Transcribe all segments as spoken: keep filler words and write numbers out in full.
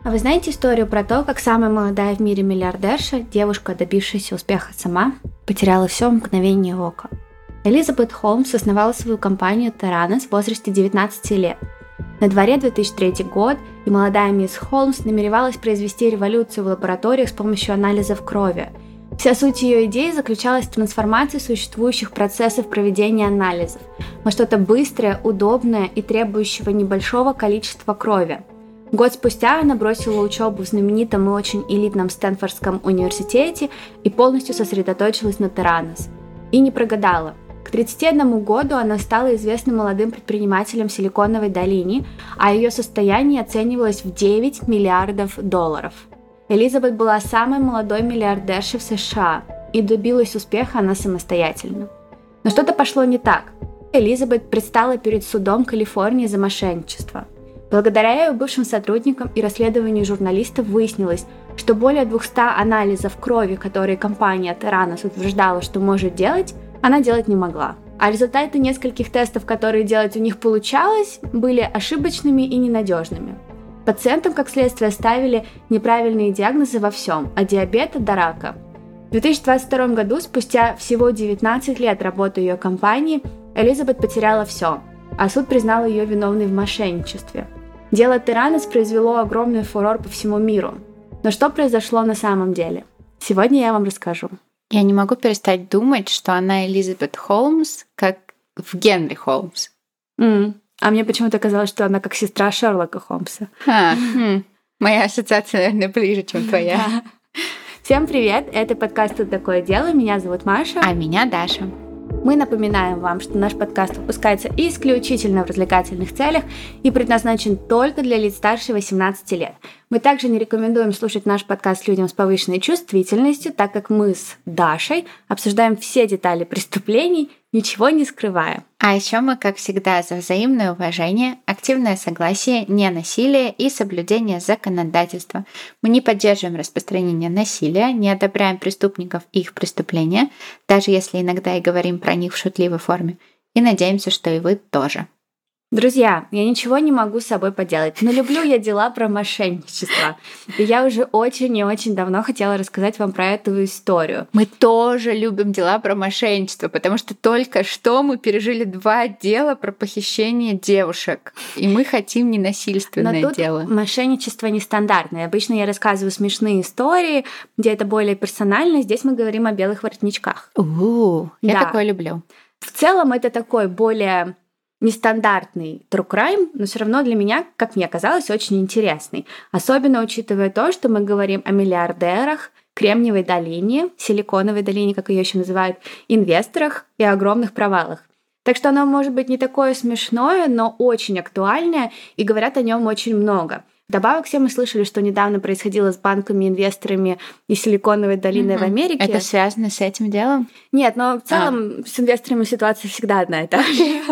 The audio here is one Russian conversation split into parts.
А вы знаете историю про то, как самая молодая в мире миллиардерша, девушка, добившаяся успеха сама, потеряла все в мгновение ока? Элизабет Холмс основала свою компанию Theranos в возрасте девятнадцати лет. На дворе две тысячи третий год, и молодая мисс Холмс намеревалась произвести революцию в лабораториях с помощью анализов крови. Вся суть ее идеи заключалась в трансформации существующих процессов проведения анализов во что-то быстрое, удобное и требующего небольшого количества крови. Год спустя она бросила учебу в знаменитом и очень элитном Стэнфордском университете и полностью сосредоточилась на Theranos. И не прогадала. К тридцати одному году она стала известным молодым предпринимателем в Силиконовой долине, а ее состояние оценивалось в девять миллиардов долларов. Элизабет была самой молодой миллиардершей в США, и добилась успеха она самостоятельно. Но что-то пошло не так. Элизабет предстала перед судом Калифорнии за мошенничество. Благодаря ее бывшим сотрудникам и расследованию журналистов выяснилось, что более двухсот анализов крови, которые компания Theranos утверждала, что может делать, она делать не могла. А результаты нескольких тестов, которые делать у них получалось, были ошибочными и ненадежными. Пациентам, как следствие, ставили неправильные диагнозы во всем, от диабета до рака. В две тысячи двадцать втором году, спустя всего девятнадцать лет работы ее компании, Элизабет потеряла все, а суд признал ее виновной в мошенничестве. Дело Theranos произвело огромный фурор по всему миру. Но что произошло на самом деле? Сегодня я вам расскажу. Я не могу перестать думать, что она Элизабет Холмс, как в Генри Холмс. Mm. А мне почему-то казалось, что она как сестра Шерлока Холмса. А, хм. Моя ассоциация, наверное, ближе, чем твоя. Всем привет! Это подкаст «Тут такое дело». Меня зовут Маша. А меня Даша. Мы напоминаем вам, что наш подкаст выпускается исключительно в развлекательных целях и предназначен только для лиц старше восемнадцати лет. Мы также не рекомендуем слушать наш подкаст людям с повышенной чувствительностью, так как мы с Дашей обсуждаем все детали преступлений, ничего не скрывая. А еще мы, как всегда, за взаимное уважение, активное согласие, ненасилие и соблюдение законодательства. Мы не поддерживаем распространение насилия, не одобряем преступников и их преступления, даже если иногда и говорим про них в шутливой форме. И надеемся, что и вы тоже. Друзья, я ничего не могу с собой поделать, но люблю я дела про мошенничество. И я уже очень и очень давно хотела рассказать вам про эту историю. Мы тоже любим дела про мошенничество, потому что только что мы пережили два дела про похищение девушек. И мы хотим ненасильственное но тут дело. Мошенничество нестандартное. Обычно я рассказываю смешные истории, где это более персонально. Здесь мы говорим о белых воротничках. У-у-у, я да. такое люблю. В целом это такой более нестандартный true crime, но все равно для меня, как мне казалось, очень интересный. Особенно учитывая то, что мы говорим о миллиардерах, Кремниевой долине, Силиконовой долине, как ее еще называют, инвесторах и огромных провалах. Так что оно может быть не такое смешное, но очень актуальное, и говорят о нем очень много. Вдобавок, все мы слышали, что недавно происходило с банками, инвесторами из Силиконовой долины mm-hmm. в Америке. Это связано с этим делом? Нет, но в целом а. с инвесторами ситуация всегда одна и та же.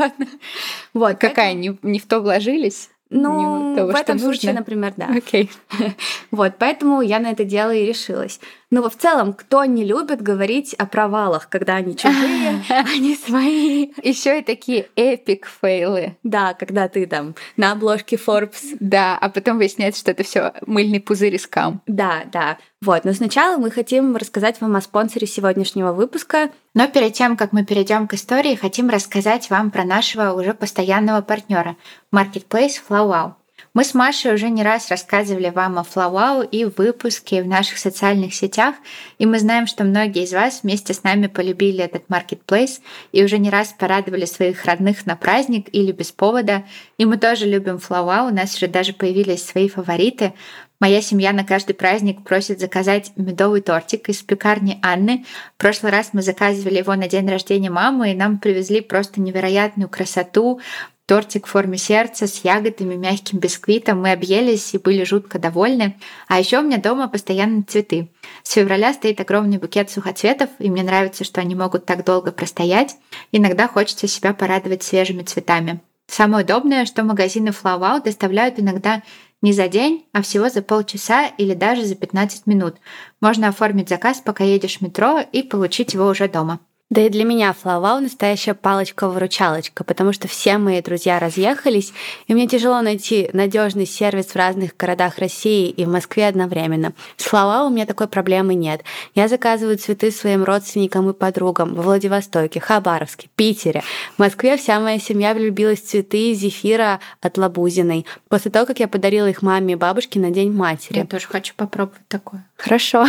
Вот, какая? Не, не в то вложились? Ну, того, в этом нужно? случае, например, да. Окей. Okay. Вот, поэтому я на это дело и решилась. Но в целом, кто не любит говорить о провалах, когда они чужие, они свои. Еще и такие эпик фейлы. Да, когда ты там на обложке Forbes. Да, а потом выясняется, что это все мыльный пузырь и скам. Да, да. Вот, но сначала мы хотим рассказать вам о спонсоре сегодняшнего выпуска. Но перед тем, как мы перейдем к истории, хотим рассказать вам про нашего уже постоянного партнера Marketplace FlowWow. Мы с Машей уже не раз рассказывали вам о FlowWow и в выпуске в наших социальных сетях, и мы знаем, что многие из вас вместе с нами полюбили этот Marketplace и уже не раз порадовали своих родных на праздник или без повода. И мы тоже любим FlowWow, у нас уже даже появились свои фавориты. Моя семья на каждый праздник просит заказать медовый тортик из пекарни Анны. В прошлый раз мы заказывали его на день рождения мамы, и нам привезли просто невероятную красоту. Тортик в форме сердца с ягодами, мягким бисквитом. Мы объелись и были жутко довольны. А еще у меня дома постоянно цветы. С февраля стоит огромный букет сухоцветов, и мне нравится, что они могут так долго простоять. Иногда хочется себя порадовать свежими цветами. Самое удобное, что магазины FlowWow доставляют иногда не за день, а всего за полчаса или даже за пятнадцать минут. Можно оформить заказ, пока едешь в метро, и получить его уже дома. Да и для меня FlowWow настоящая палочка-выручалочка, потому что все мои друзья разъехались, и мне тяжело найти надежный сервис в разных городах России и в Москве одновременно. С FlowWow у меня такой проблемы нет. Я заказываю цветы своим родственникам и подругам во Владивостоке, Хабаровске, Питере. В Москве вся моя семья влюбилась в цветы зефира от Лабузиной после того, как я подарила их маме и бабушке на День матери. Я тоже хочу попробовать такое. Хорошо.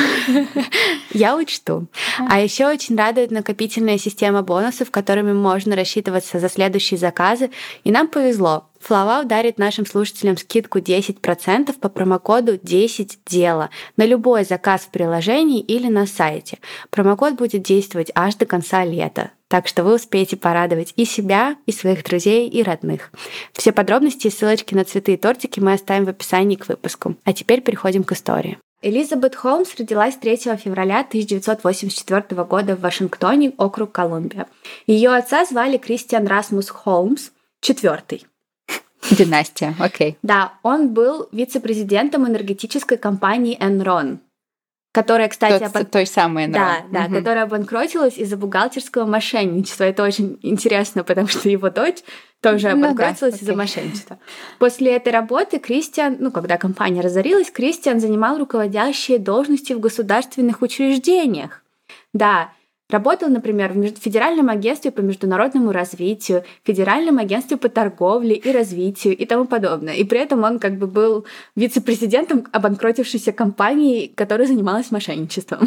Я учту. А еще очень радует накопительная система бонусов, которыми можно рассчитываться за следующие заказы. И нам повезло. FlowWow дарит нашим слушателям скидку десять процентов по промокоду десять дела на любой заказ в приложении или на сайте. Промокод будет действовать аж до конца лета. Так что вы успеете порадовать и себя, и своих друзей, и родных. Все подробности и ссылочки на цветы и тортики мы оставим в описании к выпуску. А теперь переходим к истории. Элизабет Холмс родилась третьего февраля тысяча девятьсот восемьдесят четвёртого года в Вашингтоне, округ Колумбия. Ее отца звали Кристиан Расмус Холмс, четвертый. Династия, окей. Okay. Да, он был вице-президентом энергетической компании Enron, которая, кстати... Тот, обан... Той самой Enron. Да, да, угу. которая обанкротилась из-за бухгалтерского мошенничества. Это очень интересно, потому что его дочь тоже обанкротилась ну, да, из-за мошенничества. После этой работы Кристиан, ну, когда компания разорилась, Кристиан занимал руководящие должности в государственных учреждениях. Да, работал, например, в Федеральном агентстве по международному развитию, Федеральном агентстве по торговле и развитию и тому подобное. И при этом он как бы был вице-президентом обанкротившейся компании, которая занималась мошенничеством.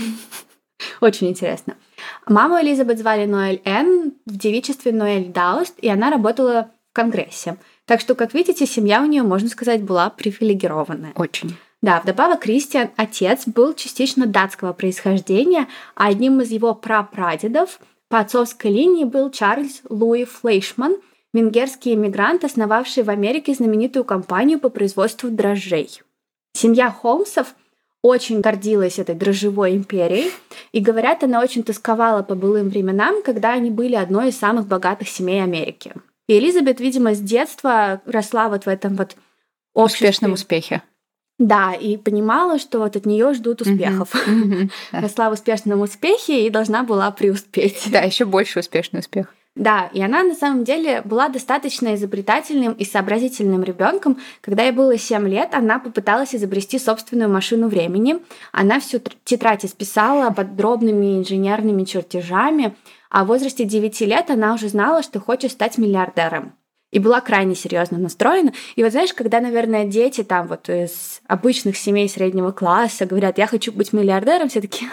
Очень интересно. Маму Элизабет звали Ноэль Энн, в девичестве Ноэль Дауст, и она работала в Конгрессе. Так что, как видите, семья у нее, можно сказать, была привилегированная. Очень. Да, вдобавок Кристиан, отец, был частично датского происхождения, а одним из его прапрадедов по отцовской линии был Чарльз Луи Флейшман, венгерский эмигрант, основавший в Америке знаменитую компанию по производству дрожжей. Семья Холмсов очень гордилась этой дрожжевой империей, и, говорят, она очень тосковала по былым временам, когда они были одной из самых богатых семей Америки. И Элизабет, видимо, с детства росла вот в этом вот обществе. Успешном успехе. Да, и понимала, что вот от нее ждут успехов. Mm-hmm. Mm-hmm. Росла в успешном успехе и должна была преуспеть. Да, еще больше успешный успех. Да, и она на самом деле была достаточно изобретательным и сообразительным ребенком. Когда ей было семь лет, она попыталась изобрести собственную машину времени. Она всю тетрадь исписала подробными инженерными чертежами, а в возрасте девяти лет она уже знала, что хочет стать миллиардером. И была крайне серьезно настроена. И вот знаешь, когда, наверное, дети там вот из обычных семей среднего класса говорят, я хочу быть миллиардером, все такие,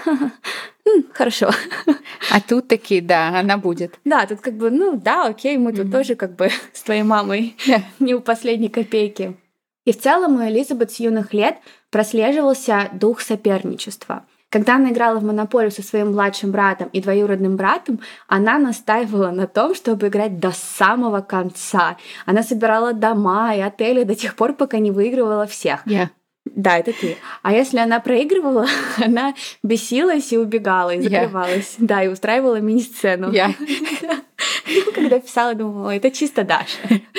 хорошо. А тут такие, да, она будет. Да, тут как бы, ну да, окей, мы тут mm-hmm. тоже как бы с твоей мамой yeah. не у последней копейки. И в целом у Элизабет с юных лет прослеживался дух соперничества. Когда она играла в монополию со своим младшим братом и двоюродным братом, она настаивала на том, чтобы играть до самого конца. Она собирала дома и отели до тех пор, пока не выигрывала всех. Yeah. Да, это ты. А если она проигрывала, она бесилась и убегала, и закрывалась. Yeah. Да, и устраивала мини-сцену. Yeah. Когда писала, думала, это чисто Даша.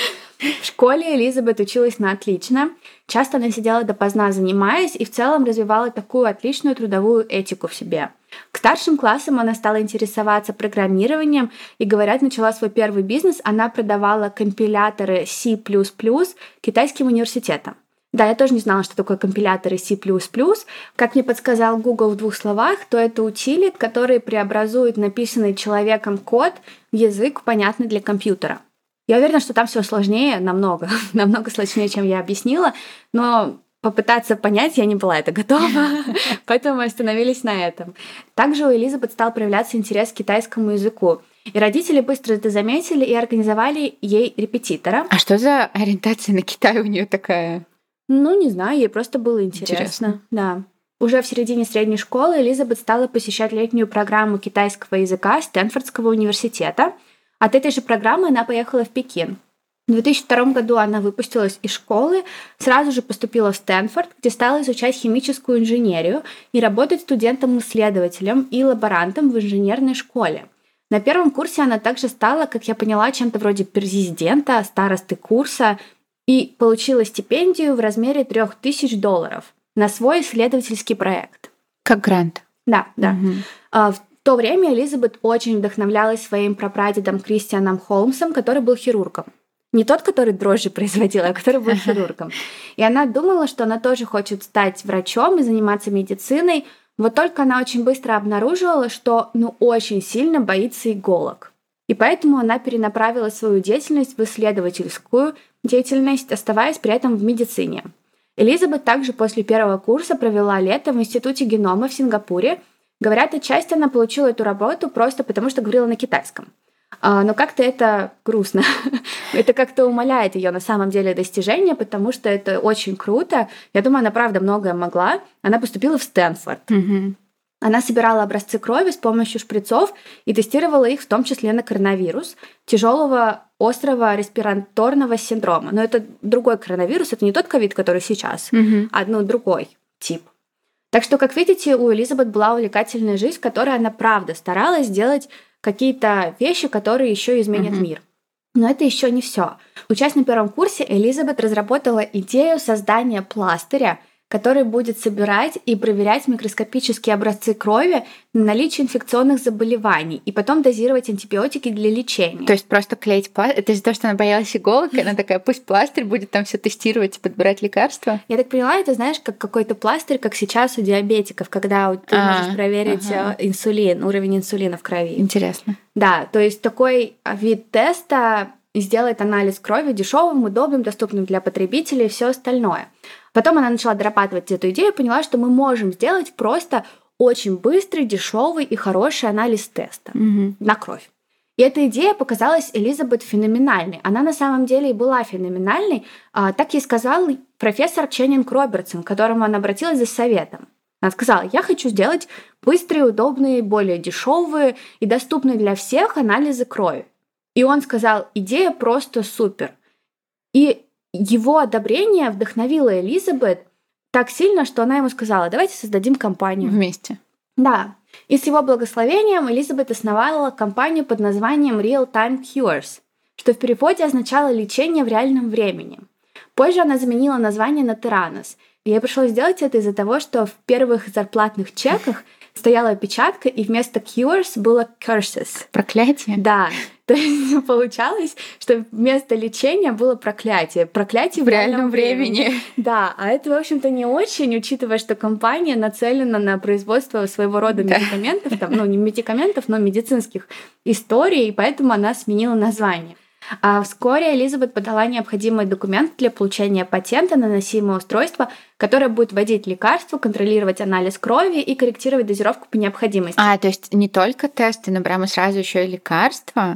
В школе Элизабет училась на отлично. Часто она сидела допоздна, занимаясь, и в целом развивала такую отличную трудовую этику в себе. К старшим классам она стала интересоваться программированием и, говорят, начала свой первый бизнес. Она продавала компиляторы C++ китайским университетам. Да, я тоже не знала, что такое компиляторы C++. Как мне подсказал Google в двух словах, то это утилит, который преобразует написанный человеком код в язык, понятный для компьютера. Я уверена, что там все сложнее, намного, намного сложнее, чем я объяснила, но попытаться понять я не была это готова, поэтому мы остановились на этом. Также у Элизабет стал проявляться интерес к китайскому языку. И родители быстро это заметили и организовали ей репетитора. А что за ориентация на Китай у нее такая? Ну, не знаю, ей просто было интересно. интересно. Да. Уже в середине средней школы Элизабет стала посещать летнюю программу китайского языка Стэнфордского университета. От этой же программы она поехала в Пекин. В две тысячи втором году она выпустилась из школы, сразу же поступила в Стэнфорд, где стала изучать химическую инженерию и работать студентом-исследователем и лаборантом в инженерной школе. На первом курсе она также стала, как я поняла, чем-то вроде президента, старосты курса и получила стипендию в размере трех тысяч долларов на свой исследовательский проект. Как грант. Да, да. Угу. В В то время Элизабет очень вдохновлялась своим прапрадедом Кристианом Холмсом, который был хирургом. Не тот, который дрожжи производил, а который был хирургом. И она думала, что она тоже хочет стать врачом и заниматься медициной, вот только она очень быстро обнаружила, что ну очень сильно боится иголок. И поэтому она перенаправила свою деятельность в исследовательскую деятельность, оставаясь при этом в медицине. Элизабет также после первого курса провела лето в Институте генома в Сингапуре. Говорят, отчасти она получила эту работу просто потому, что говорила на китайском. Но как-то это грустно. Это как-то умаляет ее на самом деле достижения, потому что это очень круто. Я думаю, она правда многое могла. Она поступила в Стэнфорд. Угу. Она собирала образцы крови с помощью шприцов и тестировала их в том числе на коронавирус, тяжелого острого респираторного синдрома. Но это другой коронавирус, это не тот ковид, который сейчас, угу. а ну, другой тип. Так что, как видите, у Элизабет была увлекательная жизнь, в которой она правда старалась сделать какие-то вещи, которые еще изменят угу. мир. Но это еще не все. Учась на первом курсе, Элизабет разработала идею создания пластыря, который будет собирать и проверять микроскопические образцы крови на наличие инфекционных заболеваний и потом дозировать антибиотики для лечения. То есть просто клеить пластырь? Это из-за того, что она боялась иголок, и она такая, пусть пластырь будет там все тестировать и подбирать лекарства? Я так поняла, это, знаешь, как какой-то пластырь, как сейчас у диабетиков, когда ты а, можешь проверить ага. инсулин, уровень инсулина в крови. Интересно. Да, то есть такой вид теста сделает анализ крови дешевым, удобным, доступным для потребителей и все остальное. Потом она начала дорабатывать эту идею и поняла, что мы можем сделать просто очень быстрый, дешевый и хороший анализ теста угу. на кровь. И эта идея показалась Элизабет феноменальной. Она на самом деле и была феноменальной. Так ей сказал профессор Ченнинг Робертсон, к которому она обратилась за советом. Она сказала: я хочу сделать быстрые, удобные, более дешевые и доступные для всех анализы крови. И он сказал: идея просто супер. И его одобрение вдохновило Элизабет так сильно, что она ему сказала: давайте создадим компанию. Вместе. Да. И с его благословением Элизабет основала компанию под названием Real Time Cures, что в переводе означало «лечение в реальном времени». Позже она заменила название на Theranos. И ей пришлось сделать это из-за того, что в первых зарплатных чеках стояла опечатка, и вместо cures было curses. Проклятие? Да. То есть получалось, что вместо лечения было проклятие. Проклятие в, в реальном времени. времени. Да, а это, в общем-то, не очень, учитывая, что компания нацелена на производство своего рода да. медикаментов, там, ну, не медикаментов, но медицинских историй, и поэтому она сменила название. А вскоре Элизабет подала необходимый документ для получения патента на носимое устройство, которое будет вводить лекарства, контролировать анализ крови и корректировать дозировку по необходимости. А, то есть не только тесты, но прямо сразу еще и лекарства?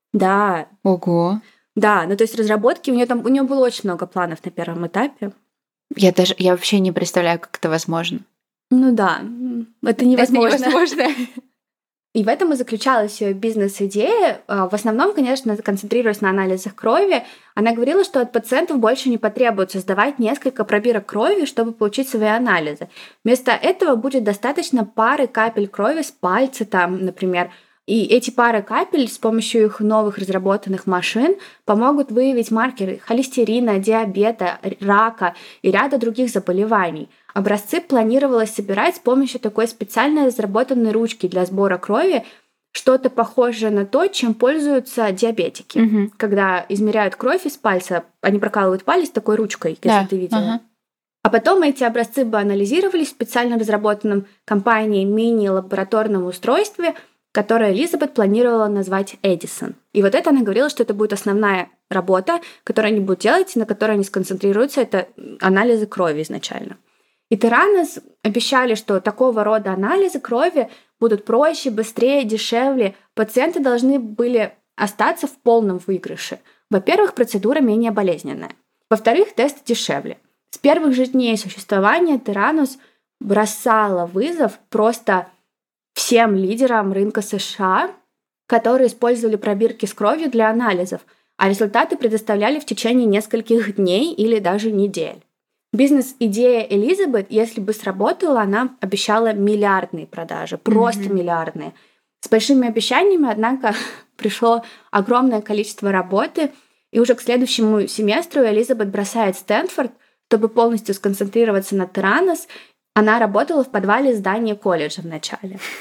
Да. Ого. Да, ну то есть разработки, у нее там у нее было очень много планов на первом этапе. Я даже я вообще не представляю, как это возможно. Ну да, это невозможно. Это невозможно. И в этом и заключалась ее бизнес-идея. В основном, конечно, концентрируясь на анализах крови, она говорила, что от пациентов больше не потребуется сдавать несколько пробирок крови, чтобы получить свои анализы. Вместо этого будет достаточно пары капель крови с пальца, там, например. И эти пары капель с помощью их новых разработанных машин помогут выявить маркеры холестерина, диабета, рака и ряда других заболеваний. Образцы планировалось собирать с помощью такой специально разработанной ручки для сбора крови, что-то похожее на то, чем пользуются диабетики. Угу. Когда измеряют кровь из пальца, они прокалывают палец такой ручкой, если да. ты видела. Ага. А потом эти образцы бы анализировались в специально разработанном компанией мини-лабораторном устройстве, которое Элизабет планировала назвать Эдисон. И вот это она говорила, что это будет основная работа, которую они будут делать, на которой они сконцентрируются, это анализы крови изначально. И Theranos обещали, что такого рода анализы крови будут проще, быстрее, дешевле. Пациенты должны были остаться в полном выигрыше. Во-первых, процедура менее болезненная. Во-вторых, тест дешевле. С первых же дней существования Theranos бросала вызов просто всем лидерам рынка США, которые использовали пробирки с кровью для анализов, а результаты предоставляли в течение нескольких дней или даже недель. Бизнес-идея Элизабет, если бы сработала, она обещала миллиардные продажи, просто mm-hmm. миллиардные. С большими обещаниями, однако, пришло огромное количество работы, и уже к следующему семестру Элизабет бросает Стэнфорд, чтобы полностью сконцентрироваться на Theranos. Она работала в подвале здания колледжа вначале.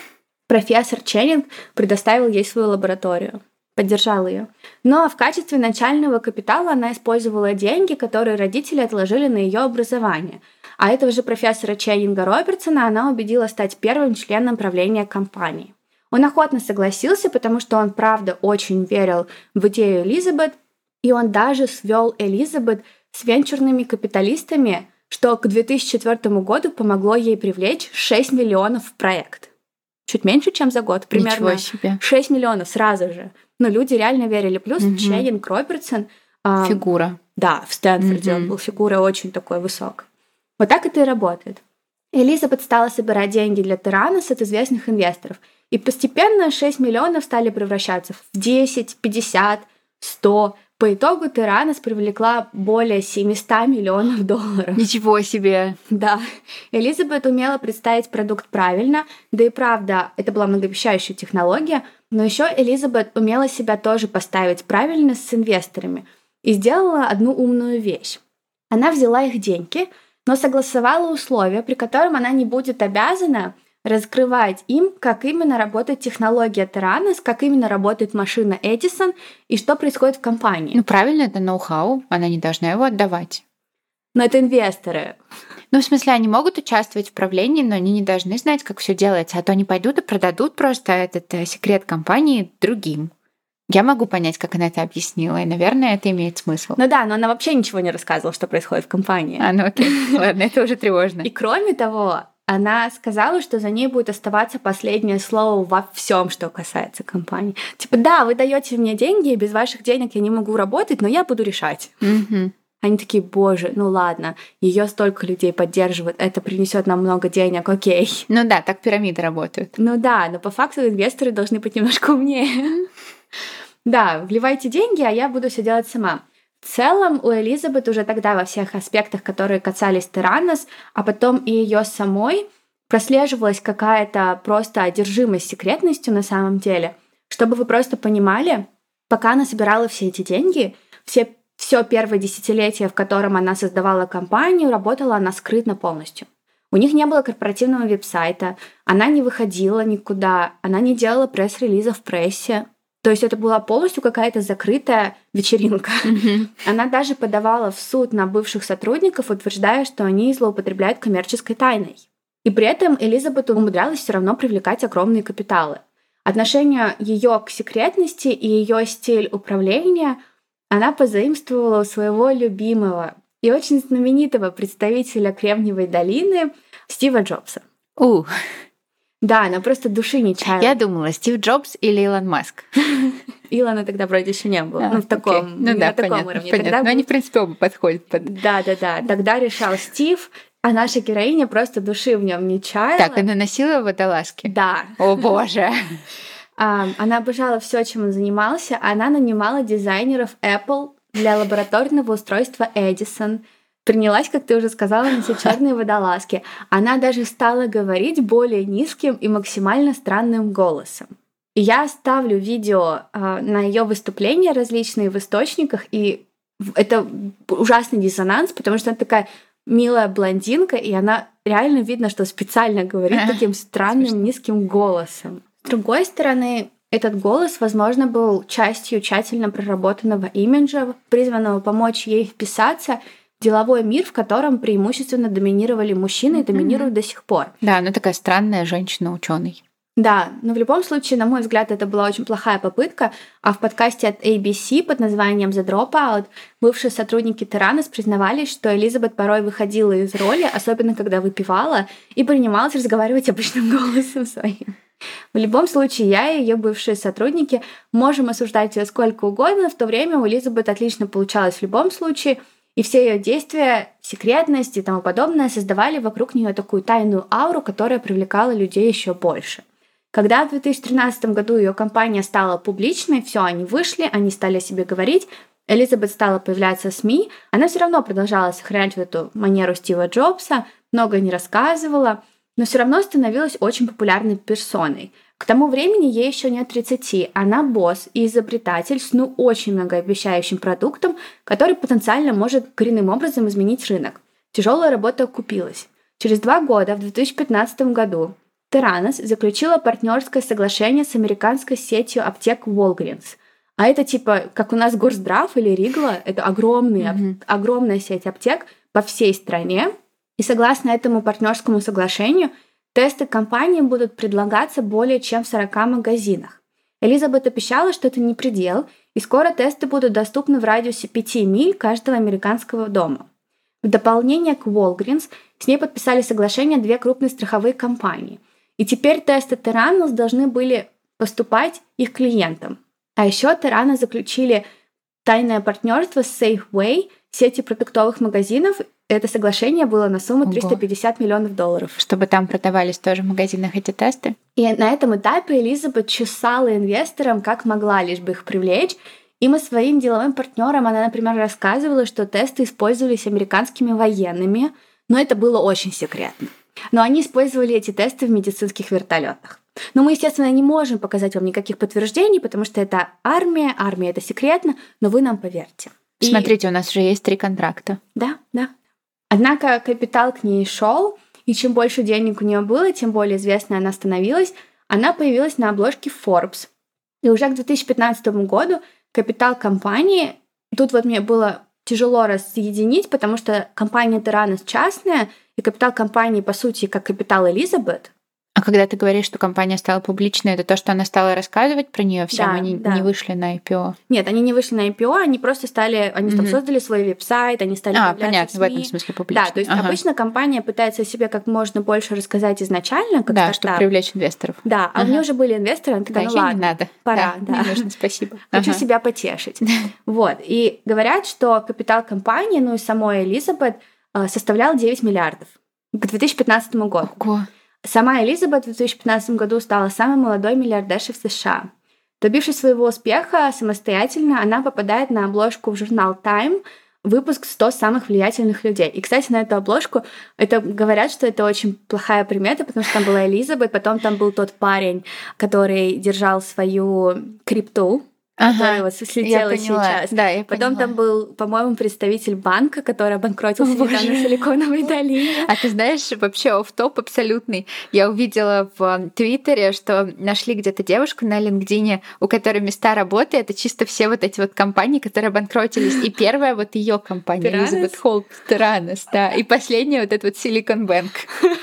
Профессор Ченнинг предоставил ей свою лабораторию, поддержал ее. Но в качестве начального капитала она использовала деньги, которые родители отложили на ее образование. А этого же профессора Ченнинга Робертсона она убедила стать первым членом правления компании. Он охотно согласился, потому что он, правда, очень верил в идею Элизабет, и он даже свел Элизабет с венчурными капиталистами, что к две тысячи четвёртому году помогло ей привлечь шесть миллионов в проект. Чуть меньше, чем за год, примерно. Ничего себе. шесть миллионов сразу же. Но люди реально верили. Плюс угу. Ченнинг Робертсон... Э, Фигура. Да, в Стэнфорде угу. он был фигурой очень такой высокой. Вот так это и работает. Элизабет стала собирать деньги для Теранос от известных инвесторов. И постепенно шесть миллионов стали превращаться в десять, пятьдесят, сто. По итогу Теранос привлекла более семьсот миллионов долларов. Ничего себе! Да. Элизабет умела представить продукт правильно, да и правда, это была многообещающая технология, но еще Элизабет умела себя тоже поставить правильно с инвесторами и сделала одну умную вещь. Она взяла их деньги, но согласовала условия, при котором она не будет обязана раскрывать им, как именно работает технология Теранос, как именно работает машина Эдисон и что происходит в компании. Ну, правильно, это ноу-хау, она не должна его отдавать. Но это инвесторы. Ну, в смысле, они могут участвовать в правлении, но они не должны знать, как все делается, а то они пойдут и продадут просто этот э, секрет компании другим. Я могу понять, как она это объяснила, и, наверное, это имеет смысл. Ну да, но она вообще ничего не рассказывала, что происходит в компании. А, ну окей, ладно, это уже тревожно. И кроме того, она сказала, что за ней будет оставаться последнее слово во всем, что касается компании. Типа, да, вы даете мне деньги, и без ваших денег я не могу работать, но я буду решать. Mm-hmm. Они такие, боже, ну ладно, ее столько людей поддерживают, это принесет нам много денег, окей. Ну да, так пирамиды работают. Ну да, но по факту инвесторы должны быть немножко умнее. Да, вливайте деньги, а я буду все делать сама. В целом у Элизабет уже тогда во всех аспектах, которые касались Теранос, а потом и ее самой, прослеживалась какая-то просто одержимость секретностью на самом деле. Чтобы вы просто понимали, пока она собирала все эти деньги, все, все первое десятилетие, в котором она создавала компанию, работала она скрытно полностью. У них не было корпоративного веб-сайта, она не выходила никуда, она не делала пресс-релизов в прессе. То есть это была полностью какая-то закрытая вечеринка. Mm-hmm. Она даже подавала в суд на бывших сотрудников, утверждая, что они злоупотребляют коммерческой тайной. И при этом Элизабет умудрялась все равно привлекать огромные капиталы. Отношение ее к секретности и ее стиль управления она позаимствовала у своего любимого и очень знаменитого представителя Кремниевой долины Стива Джобса. Uh. Да, она просто души не чаяла. Я думала, Стив Джобс или Илон Маск. Илона тогда вроде еще не было. А, ну, в таком, ну, да, на таком понятно, уровне. Понятно. Тогда Но был... они, в принципе, оба подходят под... Да-да-да. Тогда решал Стив, а наша героиня просто души в нем не чаяла. Так, она носила водолазки? Да. О, боже! Она обожала все, чем он занимался. Она нанимала дизайнеров Apple для лабораторного устройства Эдисон. Принялась, как ты уже сказала, носить черные водолазки. Она даже стала говорить более низким и максимально странным голосом. И я оставлю видео э, на ее выступления различные в источниках, и это ужасный диссонанс, потому что она такая милая блондинка, и она реально видно, что специально говорит таким странным низким голосом. С другой стороны, этот голос, возможно, был частью тщательно проработанного имиджа, призванного помочь ей вписаться деловой мир, в котором преимущественно доминировали мужчины и доминируют mm-hmm. до сих пор. Да, она такая странная женщина-ученый. Да, но в любом случае, на мой взгляд, это была очень плохая попытка, а в подкасте от эй би си под названием The Dropout бывшие сотрудники Теранос признавались, что Элизабет порой выходила из роли, особенно когда выпивала, и принималась разговаривать обычным голосом своим. В любом случае, я и ее бывшие сотрудники можем осуждать ее сколько угодно, в то время у Элизабет отлично получалось в любом случае, и все ее действия, секретность и тому подобное создавали вокруг нее такую тайную ауру, которая привлекала людей еще больше. Когда в две тысячи тринадцатом году ее компания стала публичной, все, они вышли, они стали о себе говорить, Элизабет стала появляться в СМИ, она все равно продолжала сохранять вот эту манеру Стива Джобса, много не рассказывала, но все равно становилась очень популярной персоной. К тому времени ей еще нет тридцати, она босс и изобретатель с ну очень многообещающим продуктом, который потенциально может коренным образом изменить рынок. Тяжелая работа окупилась. Через два года, в две тысячи пятнадцатом году, Theranos заключила партнерское соглашение с американской сетью аптек Walgreens. А это типа, как у нас Горздрав или Ригла, это огромные, mm-hmm. огромная сеть аптек по всей стране. И согласно этому партнерскому соглашению, тесты компании будут предлагаться более чем в сорока магазинах. Элизабет обещала, что это не предел, и скоро тесты будут доступны в радиусе пяти миль каждого американского дома. В дополнение к Walgreens с ней подписали соглашение две крупные страховые компании. И теперь тесты Theranos должны были поступать их клиентам. А еще Theranos заключили тайное партнерство с Safeway, сетью продуктовых магазинов. Это соглашение было на сумму триста пятьдесят миллионов долларов. Чтобы там продавались тоже в магазинах эти тесты? И на этом этапе Элизабет чесала инвесторам, как могла, лишь бы их привлечь. И мы своим деловым партнерам, она, например, рассказывала, что тесты использовались американскими военными, но это было очень секретно. Но они использовали эти тесты в медицинских вертолетах. Но мы, естественно, не можем показать вам никаких подтверждений, потому что это армия, армия — это секретно, но вы нам поверьте. Смотрите, и... у нас уже есть три контракта. Да, да. Однако капитал к ней шел, и чем больше денег у нее было, тем более известной она становилась. Она появилась на обложке Forbes. И уже к две тысячи пятнадцатому году капитал компании, тут вот мне было тяжело разъединить, потому что компания Theranos частная, и капитал компании, по сути, как капитал Элизабет. А когда ты говоришь, что компания стала публичной, это то, что она стала рассказывать про нее всем, да, они да. не вышли на ай пи о? Нет, они не вышли на ай пи о, они просто стали, они mm-hmm. там создали свой веб-сайт, они стали а, появляться понятно, в СМИ. В этом смысле публично. Да, то есть ага. обычно компания пытается о себе как можно больше рассказать изначально, как да, стартап. чтобы привлечь инвесторов. Да, а ага. у нее уже были инвесторы, она такая, да, ну ладно, не надо. пора. Да, да. Не нужно, спасибо. Хочу ага. себя потешить. Вот, и говорят, что капитал компании, ну и самой Элизабет, составлял девять миллиардов к две тысячи пятнадцатому году. Ого. Сама Элизабет в две тысячи пятнадцатом году стала самой молодой миллиардершей в США. Добившись своего успеха самостоятельно, она попадает на обложку в журнал Time, выпуск сто самых влиятельных людей. И, кстати, на эту обложку это говорят, что это очень плохая примета, потому что там была Элизабет, потом там был тот парень, который держал свою крипту, ага, которая вот слетела сейчас. Да, я Потом поняла. там был, по-моему, представитель банка, который обанкротился недавно в Силиконовой долине. А ты знаешь, вообще офф-топ абсолютный. Я увидела в Твиттере, что нашли где-то девушку на LinkedIn, у которой места работы — это чисто все вот эти вот компании, которые обанкротились. И первая вот ее компания, Элизабет Холмс, Theranos, да. И последняя вот эта вот Silicon Bank.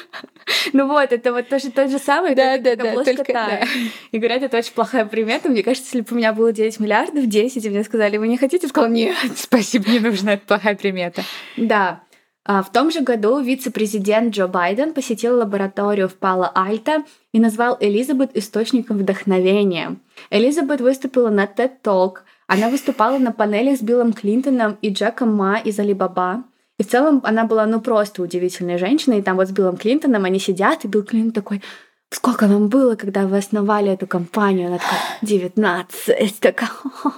Ну вот, это вот тоже тот же самый, да, да, да, только да. И говорят, это очень плохая примета. Мне кажется, если бы у меня было девять миллиардов, десять, и мне сказали, вы не хотите? Я сказала, нет. Спасибо, не нужна, это плохая примета. Да. В том же году вице-президент Джо Байден посетил лабораторию в Пало-Альто и назвал Элизабет источником вдохновения. Элизабет выступила на TED Talk. Она выступала на панелях с Биллом Клинтоном и Джеком Ма из Alibaba. И в целом она была, ну, просто удивительной женщиной. И там вот с Биллом Клинтоном они сидят, и Билл Клинтон такой: сколько вам было, когда вы основали эту компанию? Она такая: девятнадцать. Такая,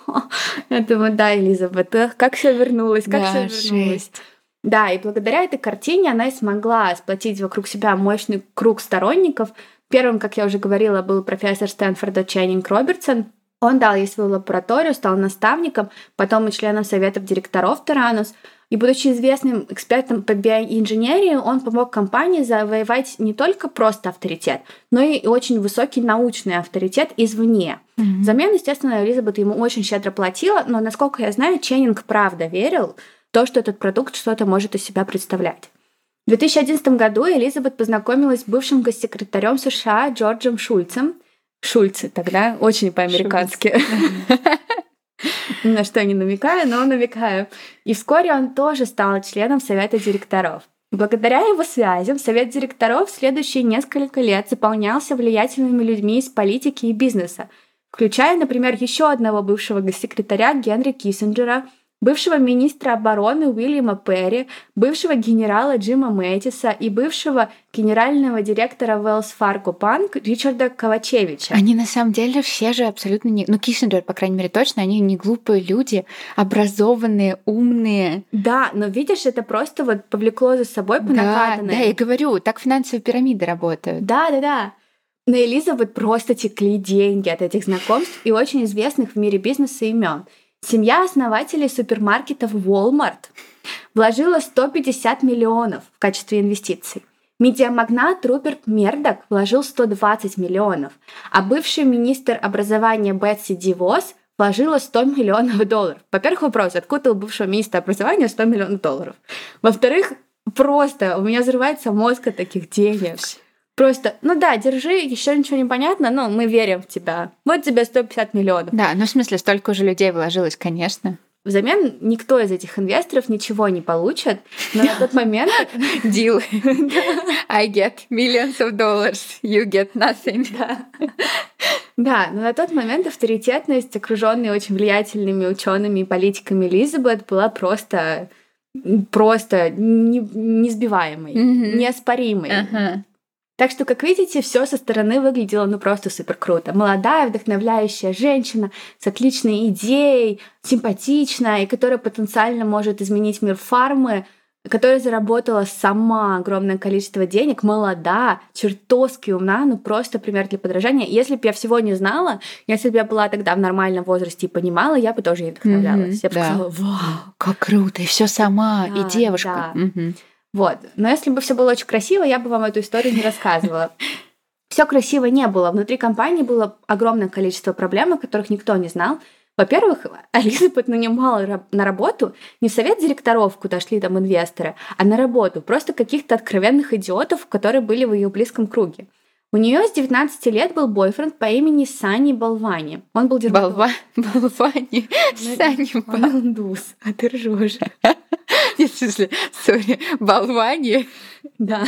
я думаю, да, Элизабет, как все вернулось, как да, все вернулось. Да, и благодаря этой картине она и смогла сплотить вокруг себя мощный круг сторонников. Первым, как я уже говорила, был профессор Стэнфорда Ченнинг Робертсон. Он дал ей свою лабораторию, стал наставником, потом и членом советов директоров Theranos. И, будучи известным экспертом по биоинженерии, он помог компании завоевать не только просто авторитет, но и очень высокий научный авторитет извне. Mm-hmm. Взамен, естественно, Элизабет ему очень щедро платила, но, насколько я знаю, Ченнинг правда верил в то, что этот продукт что-то может из себя представлять. В две тысячи одиннадцатом году Элизабет познакомилась с бывшим госсекретарем США Джорджем Шульцем. Шульцы тогда, очень по-американски. На что я не намекаю, но намекаю. И вскоре он тоже стал членом совета директоров. Благодаря его связям совет директоров в следующие несколько лет заполнялся влиятельными людьми из политики и бизнеса, включая, например, еще одного бывшего госсекретаря Генри Киссинджера, бывшего министра обороны Уильяма Перри, бывшего генерала Джима Мэттиса и бывшего генерального директора Wells Fargo Bank Ричарда Ковачевича. Они на самом деле все же абсолютно не... Ну, Киссинджер, по крайней мере, точно, они не глупые люди, образованные, умные. Да, но видишь, это просто вот повлекло за собой по накатанной. Да, да, я говорю, так финансовые пирамиды работают. Да, да, да. На Элизабет просто текли деньги от этих знакомств и очень известных в мире бизнеса имен. Семья основателей супермаркетов Walmart вложила сто пятьдесят миллионов в качестве инвестиций. Медиамагнат Руперт Мердок вложил сто двадцать миллионов, а бывший министр образования Бетси DeVos вложила сто миллионов долларов. Во-первых, вопрос, откуда у бывшего министра образования сто миллионов долларов? Во-вторых, просто у меня взрывается мозг от таких денег. Просто, ну да, держи, еще ничего не понятно, но мы верим в тебя. Вот тебе сто пятьдесят миллионов. Да, ну в смысле, столько уже людей вложилось, конечно. Взамен никто из этих инвесторов ничего не получит, но на тот момент... Deal. I get millions of dollars, you get nothing. Да. Да, но на тот момент авторитетность, окружённая очень влиятельными учеными и политиками, Элизабет была просто, просто несбиваемой, mm-hmm. неоспоримой. Uh-huh. Так что, как видите, все со стороны выглядело ну просто супер круто. Молодая, вдохновляющая женщина с отличной идеей, симпатичная, и которая потенциально может изменить мир фармы, которая заработала сама огромное количество денег, молода, чертовски умна, ну просто пример для подражания. Если бы я всего не знала, если бы я была тогда в нормальном возрасте и понимала, я бы тоже ей вдохновлялась. Mm-hmm, я бы да. сказала, вау, как круто, и все сама, да, и девушка. Да. Mm-hmm. Вот. Но если бы все было очень красиво, я бы вам эту историю не рассказывала. Все красиво не было. Внутри компании было огромное количество проблем, о которых никто не знал. Во-первых, Элизабет нанимала на работу не в совет директоров, куда шли там инвесторы, а на работу просто каких-то откровенных идиотов, которые были в ее близком круге. У нее с девятнадцати лет был бойфренд по имени Сани Балвани. Он был дерматолог. Балва... Балвани? Сани Он индус, а ты ржёшь. Нет, в смысле, сори, Балвани? Да.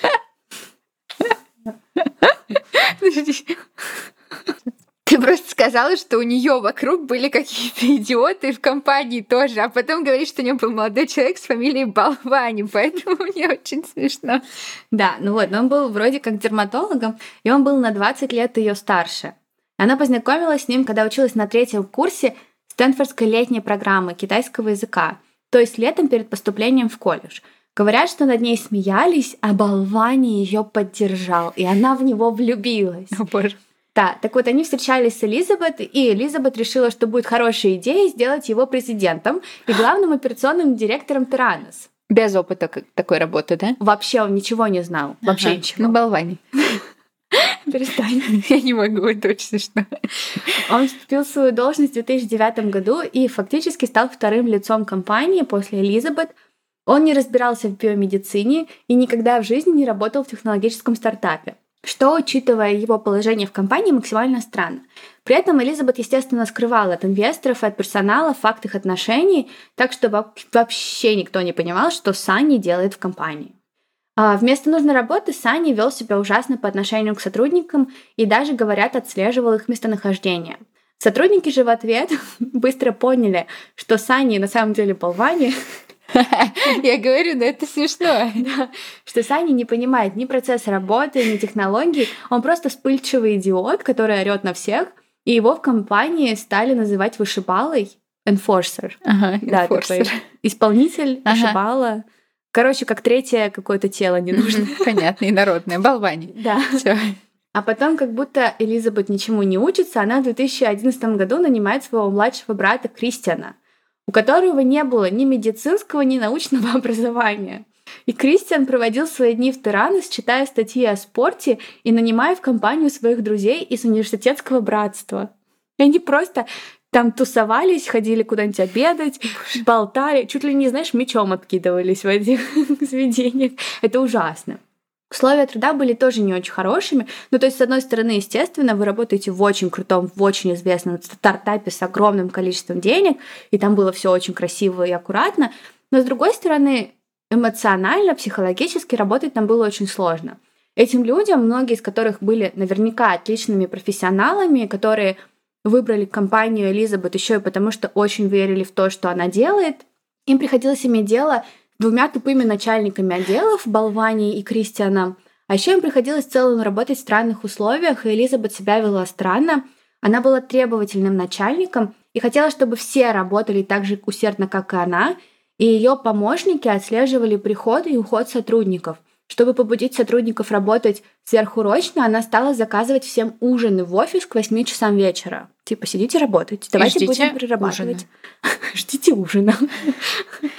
Ты просто сказала, что у нее вокруг были какие-то идиоты в компании тоже, а потом говоришь, что у нее был молодой человек с фамилией Балвани, поэтому мне очень смешно. Да, ну вот, он был вроде как дерматологом, и он был на двадцать лет ее старше. Она познакомилась с ним, когда училась на третьем курсе Стэнфордской летней программы китайского языка, то есть летом перед поступлением в колледж. Говорят, что над ней смеялись, а Балвани ее поддержал, и она в него влюбилась. О, боже. Да, так вот они встречались с Элизабет, и Элизабет решила, что будет хорошей идеей сделать его президентом и главным операционным директором Теранос. Без опыта такой работы, да? Вообще он ничего не знал, вообще ага. ничего. Ну, Балвани. Перестань. Я не могу, это очень смешно. Он вступил в свою должность в две тысячи девятом году и фактически стал вторым лицом компании после Элизабет. Он не разбирался в биомедицине и никогда в жизни не работал в технологическом стартапе, что, учитывая его положение в компании, максимально странно. При этом Элизабет, естественно, скрывала от инвесторов и от персонала факт их отношений, так что вообще никто не понимал, что Сани делает в компании. А вместо нужной работы Сани вел себя ужасно по отношению к сотрудникам и даже, говорят, отслеживал их местонахождение. Сотрудники же в ответ быстро поняли, что Сани на самом деле Балвани. Я говорю, но это смешно. Да, что Сани не понимает ни процесса работы, ни технологий. Он просто вспыльчивый идиот, который орёт на всех. И его в компании стали называть вышибалой. Enforcer. Ага, да, enforcer. Такой исполнитель, ага. Вышибала. Короче, как третье какое-то тело не нужно. Понятно, и народное. Балвани. Да. Всё. А потом, как будто Элизабет ничему не учится, она в две тысячи одиннадцатом году нанимает своего младшего брата Кристиана, у которого не было ни медицинского, ни научного образования. И Кристиан проводил свои дни в Теранос, читая статьи о спорте и нанимая в компанию своих друзей из университетского братства. И они просто там тусовались, ходили куда-нибудь обедать, болтали, чуть ли не, знаешь, мечом откидывались в этих заведениях. Это ужасно. Условия труда были тоже не очень хорошими. Ну, то есть, с одной стороны, естественно, вы работаете в очень крутом, в очень известном стартапе с огромным количеством денег, и там было все очень красиво и аккуратно. Но, с другой стороны, эмоционально, психологически работать там было очень сложно. Этим людям, многие из которых были наверняка отличными профессионалами, которые выбрали компанию Элизабет еще и потому, что очень верили в то, что она делает, им приходилось иметь дело с двумя тупыми начальниками отделов, Балвани и Кристианом. А еще им приходилось в целом работать в странных условиях, и Элизабет себя вела странно. Она была требовательным начальником и хотела, чтобы все работали так же усердно, как и она, и ее помощники отслеживали приход и уход сотрудников. Чтобы побудить сотрудников работать сверхурочно, она стала заказывать всем ужины в офис к восьми часам вечера. Типа, сидите, работайте, давайте будем перерабатывать. Ждите ужина.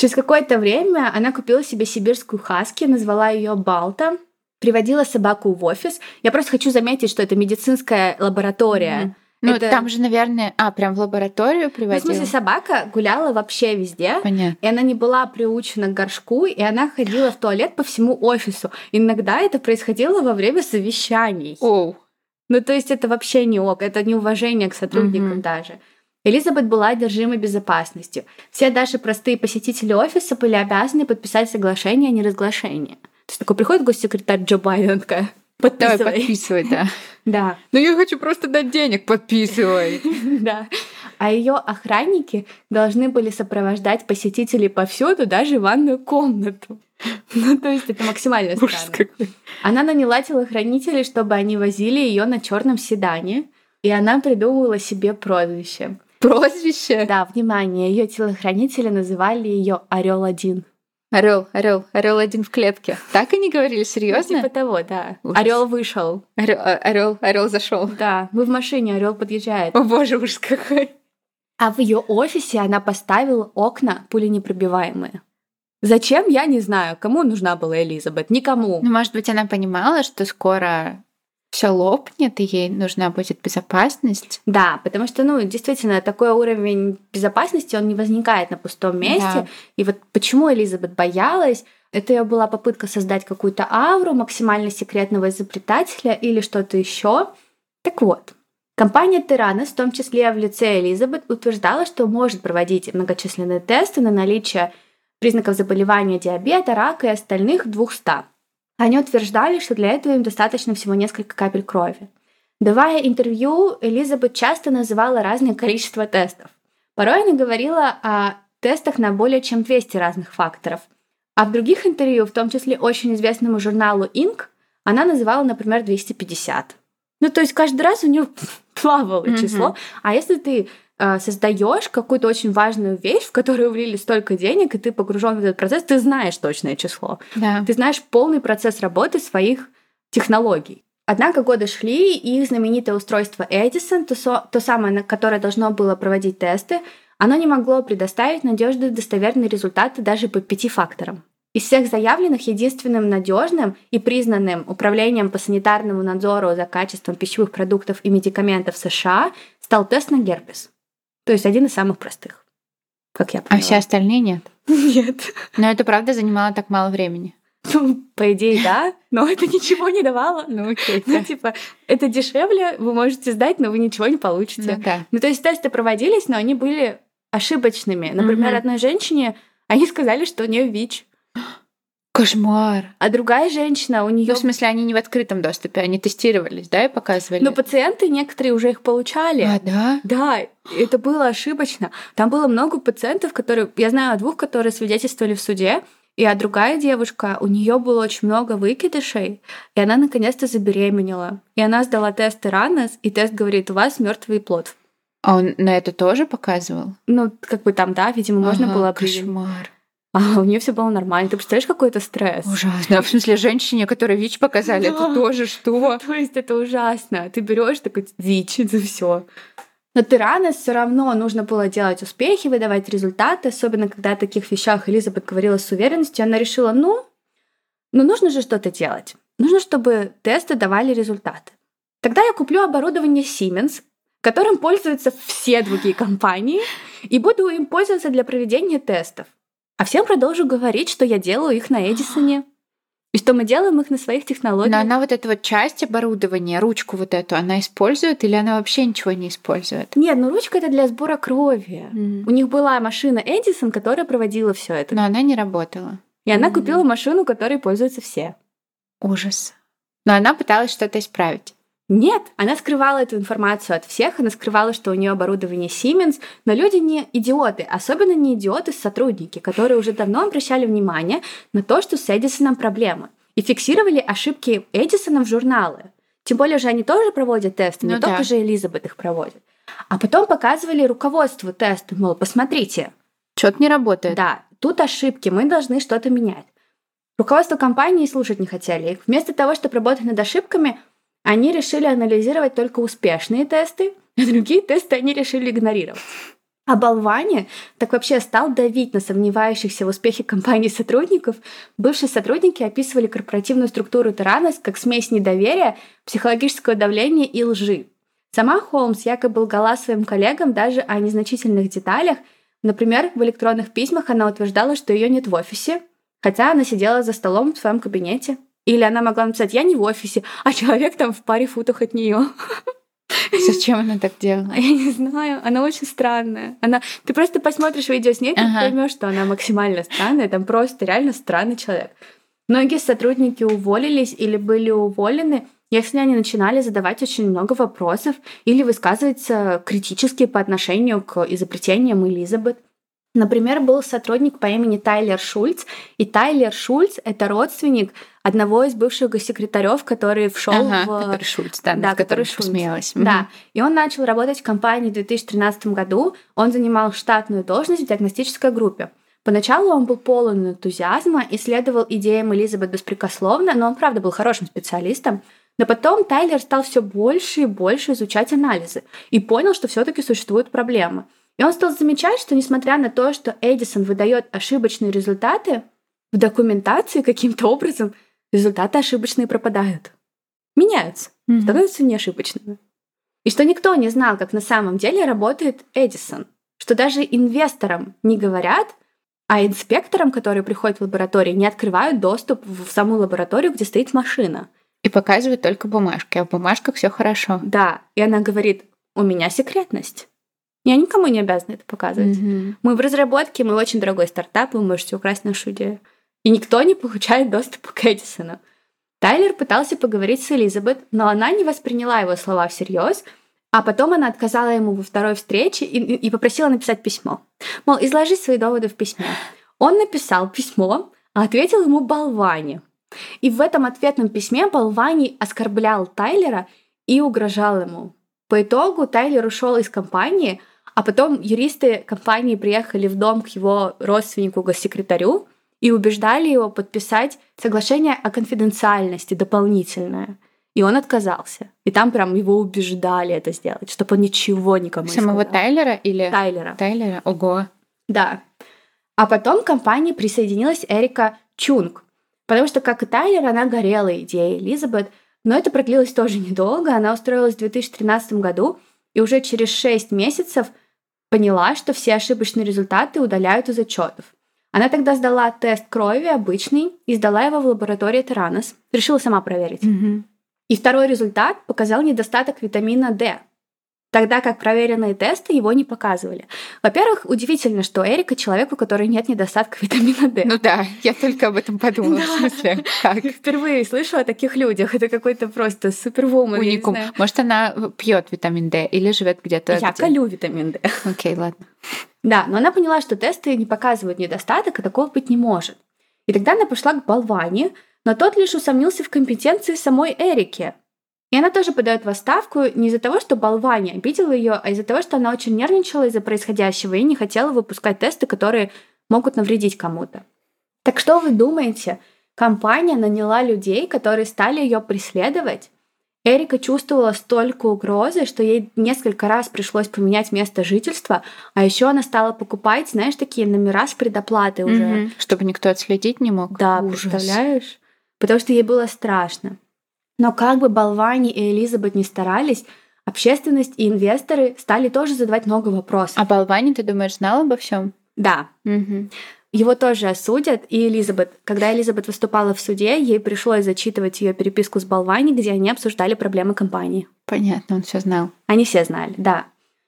Через какое-то время она купила себе сибирскую хаски, назвала ее Балта, приводила собаку в офис. Я просто хочу заметить, что это медицинская лаборатория. Mm-hmm. Ну, это... там же, наверное... А, прям в лабораторию приводила? Ну, в смысле, собака гуляла вообще везде. Понятно. И она не была приучена к горшку, и она ходила в туалет по всему офису. Иногда это происходило во время совещаний. Оу. Ну, то есть это вообще не ок, это неуважение к сотрудникам mm-hmm. даже. Элизабет была одержима безопасностью. Все даже простые посетители офиса были обязаны подписать соглашение о неразглашении. То есть такой приходит госсекретарь Джо Байден, такая: подписывай. Давай, подписывай, да. Да. Ну я хочу просто дать денег, подписывай. Да. А ее охранники должны были сопровождать посетителей повсюду, даже в ванную комнату. Ну, то есть это максимально странно. Она наняла телохранителей, чтобы они возили ее на черном седане, и она придумывала себе прозвище. Прозвище? Да, внимание, ее телохранители называли ее Орел один. Орел, орел, орел один в клетке. Так они говорили, серьезно? Ну, типа того, да. Орел вышел. Орел, орел зашел. Да, мы в машине, орел подъезжает. О боже, ужас какой. А в ее офисе она поставила окна пуленепробиваемые. Зачем, я не знаю. Кому нужна была Элизабет? Никому. Ну, может быть, она понимала, что скоро все лопнет, и ей нужна будет безопасность. Да, потому что, ну, действительно, такой уровень безопасности, он не возникает на пустом месте. Да. И вот почему Элизабет боялась, это ее была попытка создать какую-то ауру максимально секретного изобретателя или что-то еще. Так вот, компания Theranos, в том числе в лице Элизабет, утверждала, что может проводить многочисленные тесты на наличие признаков заболевания диабета, рака и остальных двухсот. Они утверждали, что для этого им достаточно всего несколько капель крови. Давая интервью, Элизабет часто называла разное количество тестов. Порой она говорила о тестах на более чем двести разных факторов. А в других интервью, в том числе очень известному журналу Inc, она называла, например, двести пятьдесят. Ну, то есть каждый раз у нее плавало mm-hmm. число. А если ты э, создаешь какую-то очень важную вещь, в которую влили столько денег, и ты погружен в этот процесс, ты знаешь точное число. Да. Ты знаешь полный процесс работы своих технологий. Однако годы шли, и их знаменитое устройство Эдисон, то, со, то самое, которое должно было проводить тесты, оно не могло предоставить надежные достоверные результаты даже по пяти факторам. Из всех заявленных единственным надежным и признанным Управлением по санитарному надзору за качеством пищевых продуктов и медикаментов США стал тест на герпес. То есть один из самых простых, как я поняла. А все остальные нет? Нет. Но это правда занимало так мало времени? Ну, по идее, да, но это ничего не давало. Ну, окей. Ну, типа, это дешевле, вы можете сдать, но вы ничего не получите. Ну, да. Ну, то есть тесты проводились, но они были ошибочными. Например, угу. одной женщине они сказали, что у нее ВИЧ. Кошмар. А другая женщина, у нее. Ну, в смысле, они не в открытом доступе, они тестировались, да, и показывали? Но пациенты некоторые уже их получали. А, да? Да, это было ошибочно. Там было много пациентов, которые... Я знаю о двух, которые свидетельствовали в суде, и а другая девушка, у нее было очень много выкидышей, и она наконец-то забеременела. И она сдала тест Theranos, и тест говорит: у вас мертвый плод. А он на это тоже показывал? Ну, как бы там, да, видимо, можно ага, было определить. Кошмар. А у нее все было нормально. Ты представляешь, какой это стресс? Ужасно. В смысле, женщине, которой ВИЧ показали, да. Это тоже что? То есть это ужасно. Ты берешь такой ВИЧ, это все. Но Theranos все равно нужно было делать успехи, выдавать результаты, особенно когда о таких вещах Элизабет говорила с уверенностью. Она решила, ну, ну нужно же что-то делать. Нужно, чтобы тесты давали результаты. Тогда я куплю оборудование Siemens, которым пользуются все другие компании, и буду им пользоваться для проведения тестов. А всем продолжу говорить, что я делаю их на Эдисоне, и что мы делаем их на своих технологиях. Но она вот эту вот часть оборудования, ручку вот эту, она использует или она вообще ничего не использует? Нет, ну ручка — это для сбора крови. Mm. У них была машина Эдисон, которая проводила все это. Но она не работала. И она mm. купила машину, которой пользуются все. Ужас. Но она пыталась что-то исправить. Нет, она скрывала эту информацию от всех, она скрывала, что у нее оборудование Siemens, но люди не идиоты, особенно не идиоты-сотрудники, которые уже давно обращали внимание на то, что с Эдисоном проблемы, и фиксировали ошибки Эдисона в журналы. Тем более же они тоже проводят тесты, ну не да. только же Элизабет их проводит. А потом показывали руководству теста, мол, посмотрите. Что-то не работает. Да, тут ошибки, мы должны что-то менять. Руководство компании слушать не хотели. И вместо того, чтобы работать над ошибками, они решили анализировать только успешные тесты, а другие тесты они решили игнорировать. А Балвани так вообще стал давить на сомневающихся в успехе компании сотрудников. Бывшие сотрудники описывали корпоративную структуру Теранос как смесь недоверия, психологического давления и лжи. Сама Холмс якобы лгала своим коллегам даже о незначительных деталях. Например, в электронных письмах она утверждала, что ее нет в офисе, хотя она сидела за столом в своем кабинете. Или она могла написать: «Я не в офисе», а человек там в паре футах от нее. Зачем она так делала? Я не знаю, она очень странная. Она... Ты просто посмотришь видео с ней, ты ага. поймешь, что она максимально странная, там просто реально странный человек. Многие сотрудники уволились или были уволены, если они начинали задавать очень много вопросов или высказываться критически по отношению к изобретениям Элизабет. Например, был сотрудник по имени Тайлер Шульц, и Тайлер Шульц — это родственник одного из бывших госсекретарёв, который вшел ага, в... который Шульц, да, да, который посмеялась. Да, и он начал работать в компании в две тысячи тринадцатом году. Он занимал штатную должность в диагностической группе. Поначалу он был полон энтузиазма и следовал идеям Элизабет беспрекословно, но он, правда, был хорошим специалистом. Но потом Тайлер стал все больше и больше изучать анализы и понял, что все-таки существуют проблемы. И он стал замечать, что несмотря на то, что Эдисон выдает ошибочные результаты, в документации каким-то образом результаты ошибочные пропадают. Меняются, mm-hmm. становятся неошибочными. И что никто не знал, как на самом деле работает Эдисон. Что даже инвесторам не говорят, а инспекторам, которые приходят в лабораторию, не открывают доступ в саму лабораторию, где стоит машина. И показывают только бумажки, а в бумажках все хорошо. Да, и она говорит: у меня секретность. Я никому не обязана это показывать. Mm-hmm. Мы в разработке, мы очень дорогой стартап, вы можете украсть нашу идею. И никто не получает доступа к Эдисону. Тайлер пытался поговорить с Элизабет, но она не восприняла его слова всерьез, а потом она отказала ему во второй встрече и, и попросила написать письмо. Мол, изложи свои доводы в письме. Он написал письмо, а ответил ему Балвани. И в этом ответном письме Балвани оскорблял Тайлера и угрожал ему. По итогу Тайлер ушел из компании, а потом юристы компании приехали в дом к его родственнику-госсекретарю и убеждали его подписать соглашение о конфиденциальности дополнительное. И он отказался. И там прям его убеждали это сделать, чтобы он ничего никому не сказал. Самого Тайлера или... Тайлера. Тайлера? Ого. Да. А потом к компании присоединилась Эрика Чунг, потому что, как и Тайлер, она горела идеей Элизабет, но это продлилось тоже недолго. Она устроилась в две тысячи тринадцатом году и уже через шесть месяцев поняла, что все ошибочные результаты удаляют из отчетов. Она тогда сдала тест крови обычный и сдала его в лаборатории Теранос. Решила сама проверить. Mm-hmm. И второй результат показал недостаток витамина D, тогда как проверенные тесты его не показывали. Во-первых, удивительно, что Эрика — человек, у которой нет недостатка витамина D. Ну да, я только об этом подумала. Да. В смысле, как? Я впервые слышу о таких людях. Это какой-то просто супервумен. Уникум. Может, она пьет витамин D или живет где-то? Я где... колю витамин D. Окей, ладно. Да, но она поняла, что тесты не показывают недостаток, и такого быть не может. И тогда она пошла к Балвани, но тот лишь усомнился в компетенции самой Эрики. И она тоже подает в отставку не из-за того, что Балвани обидел ее, а из-за того, что она очень нервничала из-за происходящего и не хотела выпускать тесты, которые могут навредить кому-то. Так что вы думаете? Компания наняла людей, которые стали ее преследовать? Эрика чувствовала столько угрозы, что ей несколько раз пришлось поменять место жительства, а еще она стала покупать, знаешь, такие номера с предоплатой уже. Mm-hmm. Чтобы никто отследить не мог. Да, ужас. Представляешь? Потому что ей было страшно. Но как бы Балвани и Элизабет ни старались, общественность и инвесторы стали тоже задавать много вопросов. А Балвани, ты думаешь, знал обо всем? Да. Угу. Его тоже осудят, и Элизабет, когда Элизабет выступала в суде, ей пришлось зачитывать ее переписку с Балвани, где они обсуждали проблемы компании. Понятно, он все знал. Они все знали, да.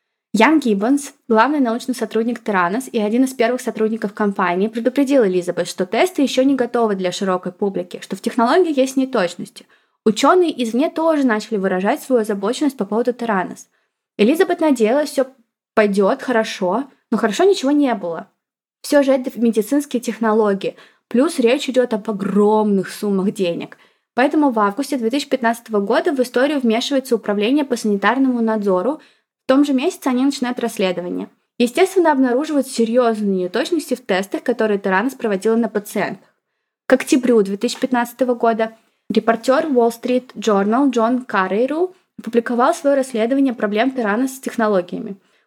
Ян Гиббонс, главный научный сотрудник Теранос и один из первых сотрудников компании, предупредил Элизабет, что тесты еще не готовы для широкой публики, что в технологии есть неточности. Ученые извне тоже начали выражать свою озабоченность по поводу Теранос. Элизабет надеялась, все пойдет хорошо, но хорошо ничего не было. Все же это медицинские технологии, плюс речь идет об огромных суммах денег. Поэтому в августе две тысячи пятнадцатого года в историю вмешивается Управление по санитарному надзору. В том же месяце они начинают расследование. Естественно, обнаруживают серьезные неточности в тестах, которые Теранос проводила на пациентах. К октябрю две тысячи пятнадцатого года репортер Wall Street Journal Джон Каррейру опубликовал свое расследование проблем Теранос с технологиями.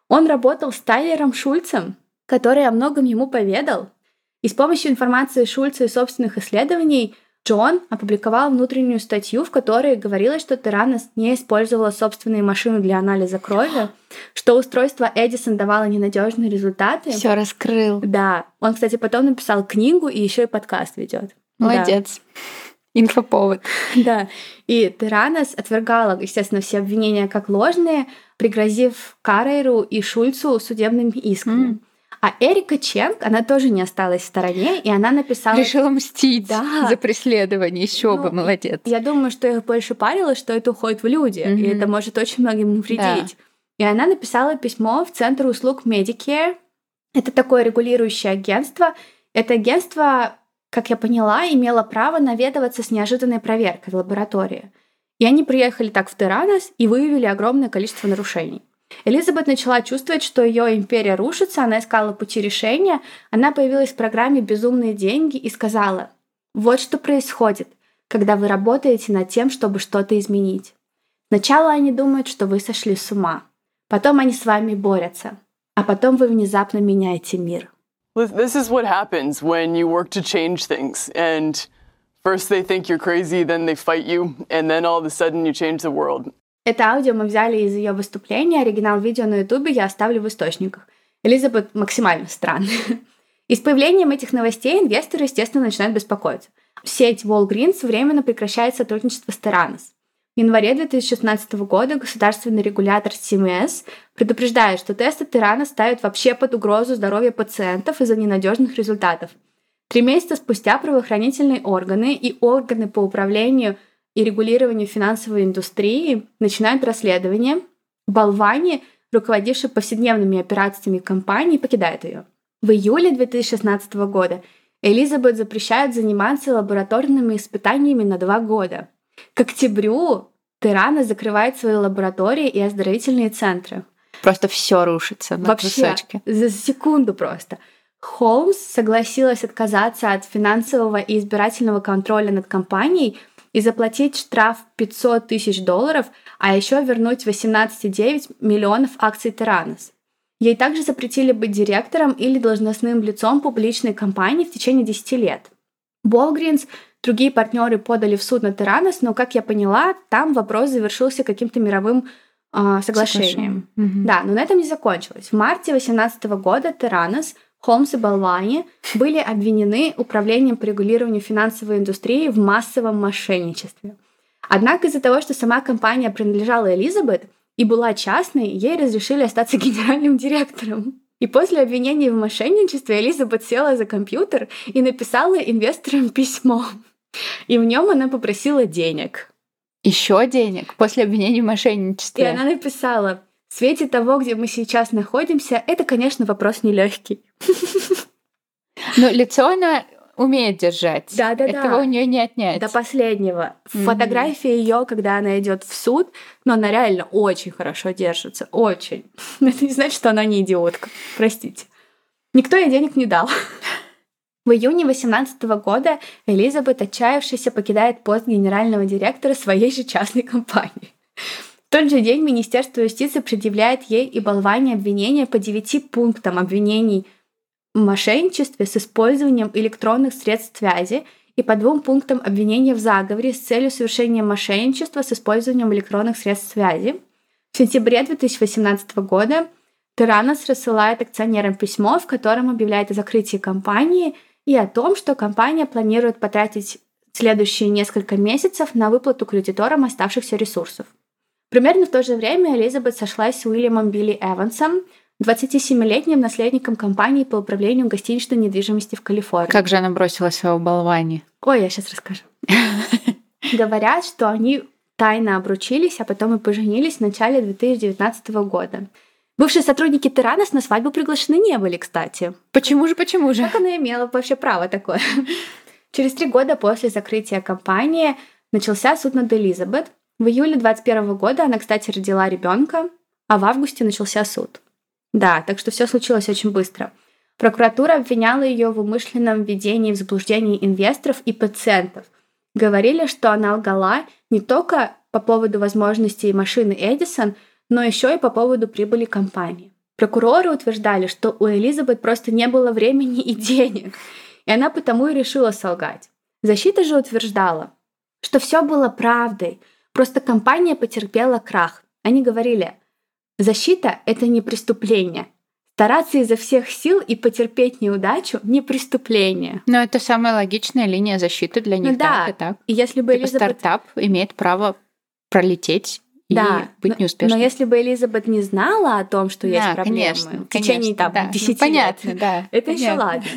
Он работал с Тайлером Шульцем, который о многом ему поведал. И с помощью информации Шульца и собственных исследований Джон опубликовал внутреннюю статью, в которой говорилось, что Теранос не использовала собственные машины для анализа крови, что устройство Эдисон давало ненадежные результаты. Все раскрыл. Да. Он, кстати, потом написал книгу и еще и подкаст ведет. Молодец. Да. Инфоповод. Да. И Теранос отвергала, естественно, все обвинения как ложные, пригрозив Карреру и Шульцу судебными исками. Mm. А Эрика Ченг, она тоже не осталась в стороне, и она написала... Решила мстить да. за преследование, еще ну, бы, молодец. Я думаю, что их больше парило, что это уходит в люди, mm-hmm. и это может очень многим навредить. Да. И она написала письмо в Центр услуг Medicare. Это такое регулирующее агентство. Это агентство, как я поняла, имело право наведываться с неожиданной проверкой в лаборатории. И они приехали так в Теранос и выявили огромное количество нарушений. Элизабет начала чувствовать, что ее империя рушится, она искала пути решения, она появилась в программе «Безумные деньги» и сказала: «Вот что происходит, когда вы работаете над тем, чтобы что-то изменить. Сначала они думают, что вы сошли с ума, потом они с вами борются, а потом вы внезапно меняете мир». This is what happens when you work to change things, and first they think you're crazy, then they fight you, and then all of a sudden you change the world. Это аудио мы взяли из ее выступления, оригинал видео на Ютубе я оставлю в источниках. Элизабет максимально странная. И с появлением этих новостей инвесторы, естественно, начинают беспокоиться. Сеть Walgreens временно прекращает сотрудничество с Теранос. В январе две тысячи шестнадцатого года государственный регулятор си эм эс предупреждает, что тесты Теранос ставят вообще под угрозу здоровья пациентов из-за ненадежных результатов. Три месяца спустя правоохранительные органы и органы по управлению и регулированию финансовой индустрии начинают расследование. Балвани, руководивший повседневными операциями компании, покидает ее. В июле две тысячи шестнадцатого года Элизабет запрещают заниматься лабораторными испытаниями на два года. К октябрю Теранос закрывает свои лаборатории и оздоровительные центры. Просто все рушится на кусочки. За секунду просто. Холмс согласилась отказаться от финансового и избирательного контроля над компанией и заплатить штраф пятьсот тысяч долларов, а еще вернуть восемнадцать целых девять десятых миллионов акций Теранос. Ей также запретили быть директором или должностным лицом публичной компании в течение десяти лет. Walgreens, другие партнеры подали в суд на Теранос, но, как я поняла, там вопрос завершился каким-то мировым э, соглашением. Mm-hmm. Да, но на этом не закончилось. В марте две тысячи восемнадцатого года Теранос, Холмс и Балвани были обвинены Управлением по регулированию финансовой индустрии в массовом мошенничестве. Однако из-за того, что сама компания принадлежала Элизабет и была частной, ей разрешили остаться генеральным директором. И после обвинений в мошенничестве Элизабет села за компьютер и написала инвесторам письмо. И в нем она попросила денег. Еще денег после обвинений в мошенничестве. И она написала: в свете того, где мы сейчас находимся, это, конечно, вопрос нелегкий. Но лицо она умеет держать. Да, да, Этого да. у нее не отнять. До последнего. Mm-hmm. Фотография ее, когда она идет в суд, но она реально очень хорошо держится. Очень. Но это не значит, что она не идиотка. Простите. Никто ей денег не дал. В июне две тысячи восемнадцатого года Элизабет, отчаявшаяся, покидает пост генерального директора своей же частной компании. В тот же день Министерство юстиции предъявляет ей и Балвани обвинения по девяти пунктам обвинений в мошенничестве с использованием электронных средств связи и по двум пунктам обвинения в заговоре с целью совершения мошенничества с использованием электронных средств связи. В сентябре две тысячи восемнадцатого года Теранос рассылает акционерам письмо, в котором объявляет о закрытии компании и о том, что компания планирует потратить следующие несколько месяцев на выплату кредиторам оставшихся ресурсов. Примерно в то же время Элизабет сошлась с Уильямом Билли Эвансом, двадцатисемилетним наследником компании по управлению гостиничной недвижимости в Калифорнии. Как же она бросила своего Балвани? Ой, я сейчас расскажу. Говорят, что они тайно обручились, а потом и поженились в начале две тысячи девятнадцатого года. Бывшие сотрудники Теранос на свадьбу приглашены не были, кстати. Почему же, почему же? Как она имела вообще право такое? Через три года после закрытия компании начался суд над Элизабет. В июле двадцать первого года она, кстати, родила ребенка, а в августе начался суд. Да, так что все случилось очень быстро. Прокуратура обвиняла ее в умышленном введении в заблуждение инвесторов и пациентов. Говорили, что она лгала не только по поводу возможностей машины Эдисон, но еще и по поводу прибыли компании. Прокуроры утверждали, что у Элизабет просто не было времени и денег, и она потому и решила солгать. Защита же утверждала, что все было правдой, просто компания потерпела крах. Они говорили, защита — это не преступление. Стараться изо всех сил и потерпеть неудачу — не преступление. Но это самая логичная линия защиты для них. Ну да, так и так. И если бы типа Элизабет... стартап имеет право пролететь да, и быть неуспешным. Но если бы Элизабет не знала о том, что да, есть проблемы конечно, в течение конечно, там, да. десяти ну, понятно, лет, да, это понятно. еще ладно.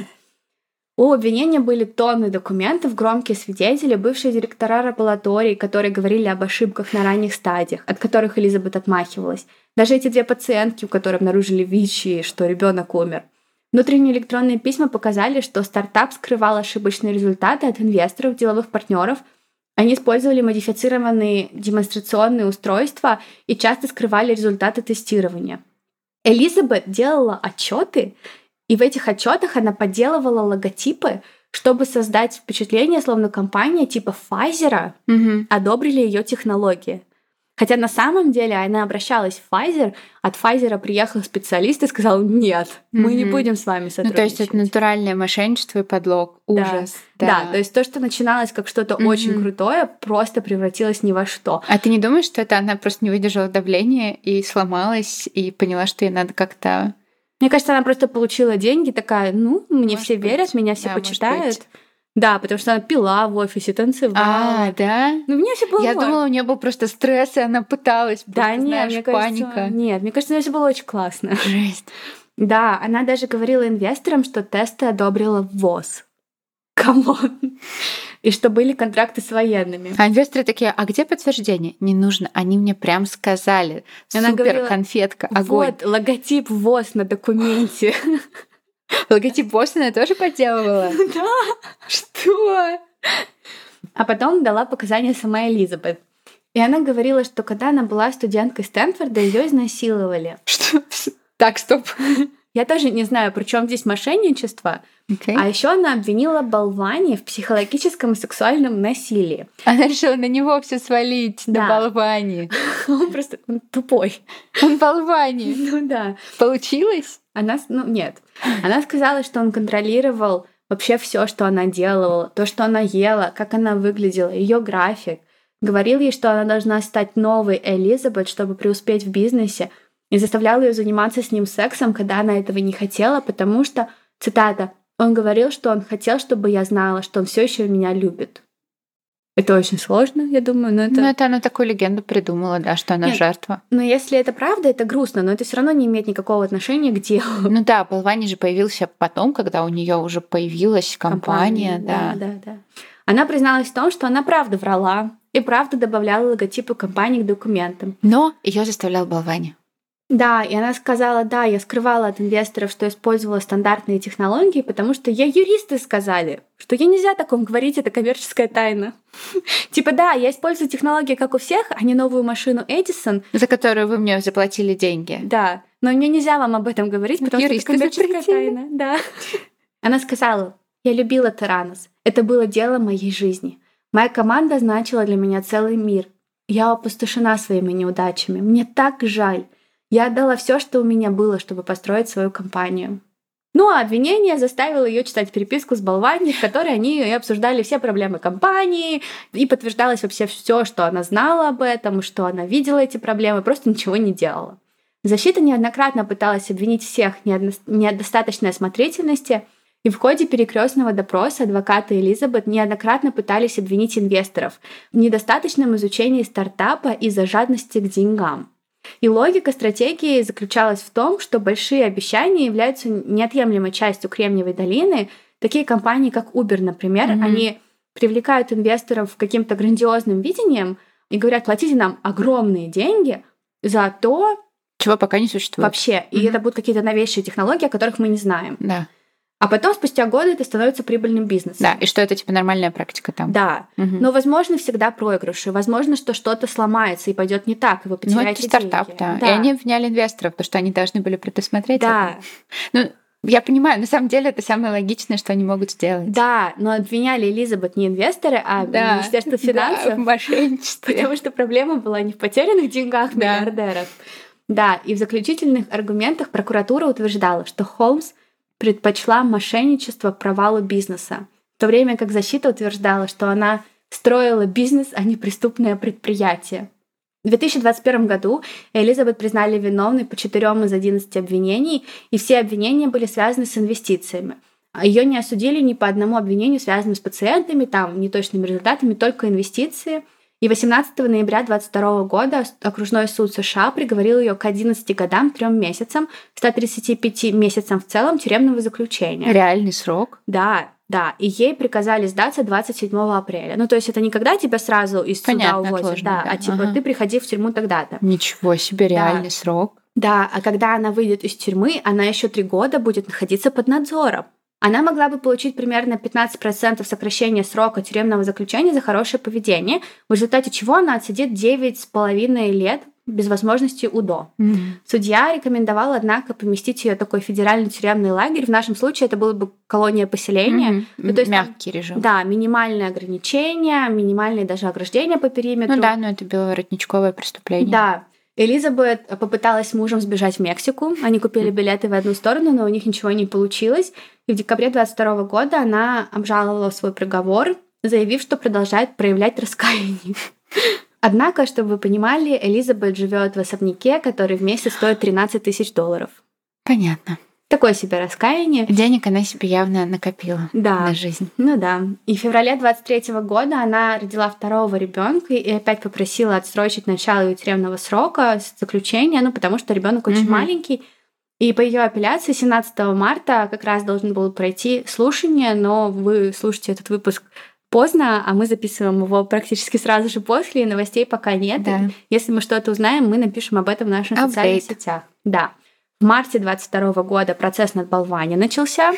У обвинения были тонны документов, громкие свидетели, бывшие директора лабораторий, которые говорили об ошибках на ранних стадиях, от которых Элизабет отмахивалась. Даже эти две пациентки, у которых обнаружили ВИЧ, что ребенок умер. Внутренние электронные письма показали, что стартап скрывал ошибочные результаты от инвесторов, деловых партнеров. Они использовали модифицированные демонстрационные устройства и часто скрывали результаты тестирования. Элизабет делала отчеты, и в этих отчетах она подделывала логотипы, чтобы создать впечатление, словно компания типа Pfizer Угу. одобрили ее технологии. Хотя на самом деле она обращалась в Pfizer, от Pfizer приехал специалист и сказал, нет, мы не Мгм. будем с вами Ну, сотрудничать. то есть это натуральное мошенничество и подлог. Да. Ужас. Да. то есть то, что начиналось как что-то Мгм. очень крутое, просто превратилось ни во что. А ты не думаешь, что это она просто не выдержала давления и сломалась, и поняла, что ей надо как-то... Мне кажется, она просто получила деньги, такая, ну, мне Может все быть. верят, меня все Да, может почитают. быть. Да, потому что она пила в офисе, танцевала. А, да? Ну, мне все было Я норм. думала, у нее был просто стресс, и она пыталась. Да, просто, нет, знаешь, мне кажется, паника. нет, мне кажется, у нее все было очень классно. Жесть. Да, она даже говорила инвесторам, что тесты одобрила ВОЗ. Камон. И что были контракты с военными. А инвесторы такие, а где подтверждение? Не нужно, они мне прям сказали. Она Супер, говорила, конфетка, огонь. Вот, логотип ВОЗ на документе. Логотип Бостона тоже подделывала? Да. Что? А потом дала показания сама Элизабет. И она говорила, что когда она была студенткой Стэнфорда, ее изнасиловали. Что? Так, стоп. Я тоже не знаю, при чем здесь мошенничество. Окей. А еще она обвинила Балвани в психологическом и сексуальном насилии. Она решила на него все свалить, Да. на Балвани. Он просто он тупой. Он Балвани. Ну да. Получилось? Она, с- ну нет. Она сказала, что он контролировал вообще все, что она делала, то, что она ела, как она выглядела, ее график. Говорил ей, что она должна стать новой Элизабет, чтобы преуспеть в бизнесе, и заставлял ее заниматься с ним сексом, когда она этого не хотела, потому что, цитата, он говорил, что он хотел, чтобы я знала, что он все еще меня любит. Это очень сложно, я думаю, но это... Ну, это она такую легенду придумала, да, что она Нет. жертва. Но если это правда, это грустно, но это все равно не имеет никакого отношения к делу. Ну да, Балвани же появился потом, когда у нее уже появилась компания, да. да, да, да. Она призналась в том, что она правда врала и правда добавляла логотипы компании к документам. Но ее заставлял Балвани. Да, и она сказала, да, я скрывала от инвесторов, что использовала стандартные технологии, потому что ей юристы сказали, что ей нельзя о таком говорить, это коммерческая тайна. Типа, да, я использую технологии, как у всех, а не новую машину Эдисон. За которую вы мне заплатили деньги. Да, но мне нельзя вам об этом говорить, потому что это Юристы коммерческая запретили. тайна. Да. Она сказала, я любила Таранос. Это было дело моей жизни. Моя команда значила для меня целый мир. Я опустошена своими неудачами. Мне так жаль. Я отдала все, что у меня было, чтобы построить свою компанию. Ну а обвинение заставило ее читать переписку с Балвани, в которой они и обсуждали все проблемы компании, и подтверждалось вообще все, что она знала об этом, что она видела эти проблемы, просто ничего не делала. Защита неоднократно пыталась обвинить всех в недостаточной осмотрительности, и в ходе перекрестного допроса адвокаты Элизабет неоднократно пытались обвинить инвесторов в недостаточном изучении стартапа из-за жадности к деньгам. И логика стратегии заключалась в том, что большие обещания являются неотъемлемой частью Кремниевой долины. Такие компании, как Uber, например, mm-hmm. они привлекают инвесторов каким-то грандиозным видением и говорят, платите нам огромные деньги за то, чего пока не существует. Вообще. Mm-hmm. И это будут какие-то новейшие технологии, о которых мы не знаем. Да. А потом, спустя годы, это становится прибыльным бизнесом. Да, и что это типа нормальная практика там. Да. Угу. Но, возможно, всегда проигрыши. Возможно, что что-то сломается и пойдет не так, и вы потеряете деньги. Ну, это стартап, да. да. И они обвиняли инвесторов, потому что они должны были предусмотреть да. это. Ну, я понимаю, на самом деле это самое логичное, что они могут сделать. Да, но обвиняли Элизабет не инвесторы, а да. Министерство финансов. Да, в мошенничестве. Потому что проблема была не в потерянных деньгах да. миллиардеров, Да, и в заключительных аргументах прокуратура утверждала, что Холмс предпочла мошенничество провалу бизнеса, в то время как защита утверждала, что она строила бизнес, а не преступное предприятие. В две тысячи двадцать первом году Элизабет признали виновной по четырем из одиннадцати обвинений, и все обвинения были связаны с инвестициями. Ее не осудили ни по одному обвинению, связанному с пациентами, там, неточными результатами, только инвестиции. И восемнадцатого ноября две тысячи двадцать второго года окружной суд США приговорил ее к одиннадцати годам, трем месяцам, ста тридцати пяти месяцам в целом тюремного заключения. Реальный срок? Да, да. И ей приказали сдаться двадцать седьмого апреля. Ну, то есть это не когда тебя сразу из Понятно, суда увозят, отложено, да, да. а типа Ага. ты приходи в тюрьму тогда-то. Ничего себе, реальный Да. срок. Да, а когда она выйдет из тюрьмы, она еще три года будет находиться под надзором. Она могла бы получить примерно пятнадцать процентов сокращения срока тюремного заключения за хорошее поведение, в результате чего она отсидит девять с половиной лет без возможности УДО. Mm. Судья рекомендовал, однако, поместить ее в такой федеральный тюремный лагерь. В нашем случае это было бы колония поселения. Mm-hmm. Ну, то есть там, мягкий режим. да, минимальные ограничения, минимальные даже ограждения по периметру. Ну да, но это беловоротничковое преступление. Да. Элизабет попыталась с мужем сбежать в Мексику. Они купили билеты в одну сторону, но у них ничего не получилось. И в декабре двадцать второго года она обжаловала свой приговор, заявив, что продолжает проявлять раскаяние. Однако, чтобы вы понимали, Элизабет живет в особняке, который в месяц стоит тринадцать тысяч долларов. Понятно. Такое себе раскаяние. Денег она себе явно накопила Да. на жизнь. Ну да. И в феврале двадцать третьего года она родила второго ребенка и опять попросила отсрочить начало ее тюремного срока заключения, ну потому что ребенок очень Мгм. маленький. И по ее апелляции семнадцатого марта как раз должен был пройти слушание, но вы слушаете этот выпуск поздно, а мы записываем его практически сразу же после, и новостей пока нет. Да. Если мы что-то узнаем, мы напишем об этом в наших Update. социальных сетях. Да. В марте двадцать второго года процесс над Болвани начался,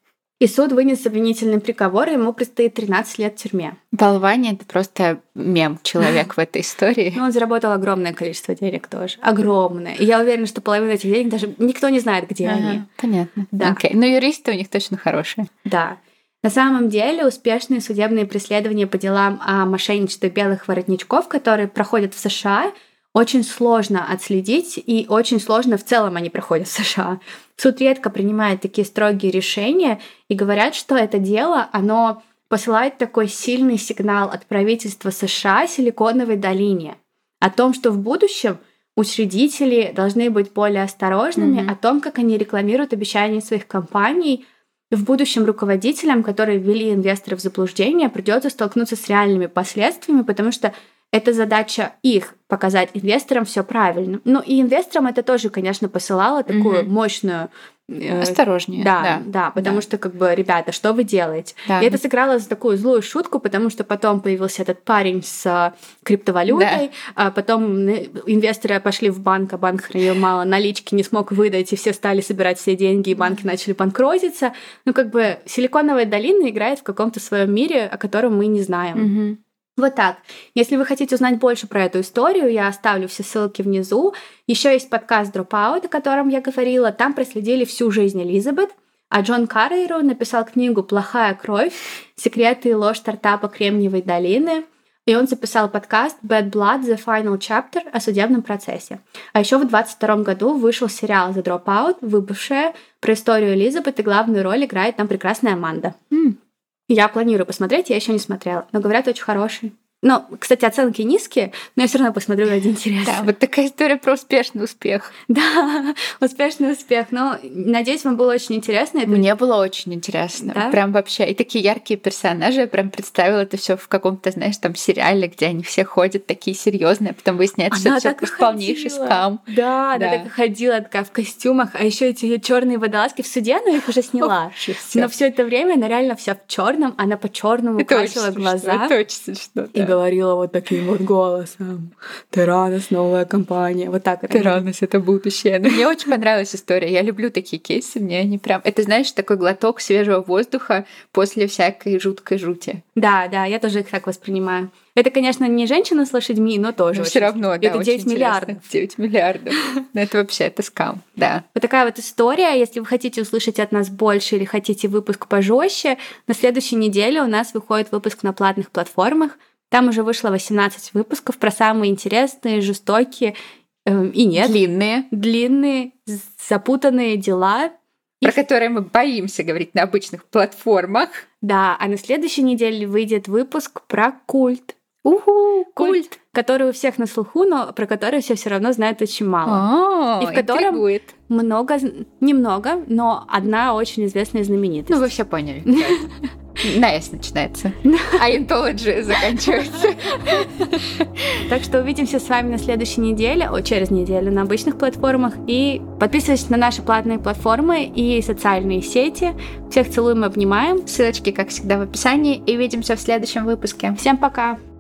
и суд вынес обвинительный приговор, и ему предстоит тринадцать лет в тюрьме. Болвани — это просто мем человек в этой истории. Но он заработал огромное количество денег тоже. Огромное. И я уверена, что половину этих денег даже никто не знает, где Ага, они. понятно. Да. Окей. Но юристы у них точно хорошие. Да. На самом деле успешные судебные преследования по делам о мошенничестве белых воротничков, которые проходят в США, очень сложно отследить, и очень сложно в целом они проходят в США. Суд редко принимает такие строгие решения и говорят, что это дело, оно посылает такой сильный сигнал от правительства США Силиконовой долине о том, что в будущем учредители должны быть более осторожными, Мгм. о том, как они рекламируют обещания своих компаний. В будущем руководителям, которые ввели инвесторов в заблуждение, придется столкнуться с реальными последствиями, потому что это задача их показать инвесторам все правильно. Ну и инвесторам это тоже, конечно, посылало такую Мгм. мощную... э, Осторожнее. Да, Да, да, потому да. что, как бы, ребята, что вы делаете? Да. И это сыграло за такую злую шутку, потому что потом появился этот парень с а, криптовалютой, а потом э, инвесторы пошли в банк, а банк хранил мало налички, не смог выдать, и все стали собирать все деньги, и банки начали банкротиться. Ну, как бы, Силиконовая долина играет в каком-то своем мире, о котором мы не знаем. Мгм. Вот так. Если вы хотите узнать больше про эту историю, я оставлю все ссылки внизу. Еще есть подкаст Dropout, о котором я говорила. Там проследили всю жизнь Элизабет. А Джон Каррейру написал книгу «Плохая кровь. Секреты и ложь стартапа Кремниевой долины». И он записал подкаст «Bad Blood. The Final Chapter» о судебном процессе. А еще в двадцать втором году вышел сериал «The Dropout», «Выбывшая», про историю Элизабет, и главную роль играет там прекрасная Аманда. М. Я планирую посмотреть, я еще не смотрела, но говорят, очень хороший. Ну, кстати, оценки низкие, но я все равно посмотрю ради интереса. Да, вот такая история про успешный успех. Да, успешный успех. Но надеюсь, вам было очень интересно. Это... Мне было очень интересно. Да? Прям вообще. И такие яркие персонажи. Я прям представила это все в каком-то, знаешь, там сериале, где они все ходят такие серьезные, а потом выясняется, что Она это так и всё полнейший ходила. скам. Да, Да. она так и ходила такая в костюмах, а еще эти черные водолазки в суде, она их уже сняла. Вообще всё. Но все это время она реально вся в черном, она по черному Это очень красила смешно, глаза. это очень смешно, И да. говорила вот таким вот голосом: Теранос, новая компания. Вот так это. Тиранос — это будущее. Но мне очень понравилась история. Я люблю такие кейсы. Мне они прям... Это, знаешь, такой глоток свежего воздуха после всякой жуткой жути. Да, да, я тоже их так воспринимаю. Это, конечно, не женщина с лошадьми, но тоже. Но очень- все равно, да, Это очень девять интересно. миллиардов. девять миллиардов. Но это вообще, это скам, да. Вот такая вот история. Если вы хотите услышать от нас больше или хотите выпуск пожестче, на следующей неделе у нас выходит выпуск на платных платформах. Там уже вышло восемнадцать выпусков про самые интересные, жестокие Эм, и нет. Длинные. Длинные, запутанные дела. Про которые мы боимся говорить на обычных платформах. Да, а на следующей неделе выйдет выпуск про культ. Уху, Культ, культ, который у всех на слуху, но про который все все равно знают очень мало. О, и в котором интригует. много, немного, но одна очень известная знаменитость. Ну, вы все поняли. На «С» начинается, а Intelligy заканчивается. Так что увидимся с вами на следующей неделе, о, через неделю на обычных платформах. И подписывайтесь на наши платные платформы и социальные сети. Всех целуем и обнимаем. Ссылочки, как всегда, в описании. И увидимся в следующем выпуске. Всем пока!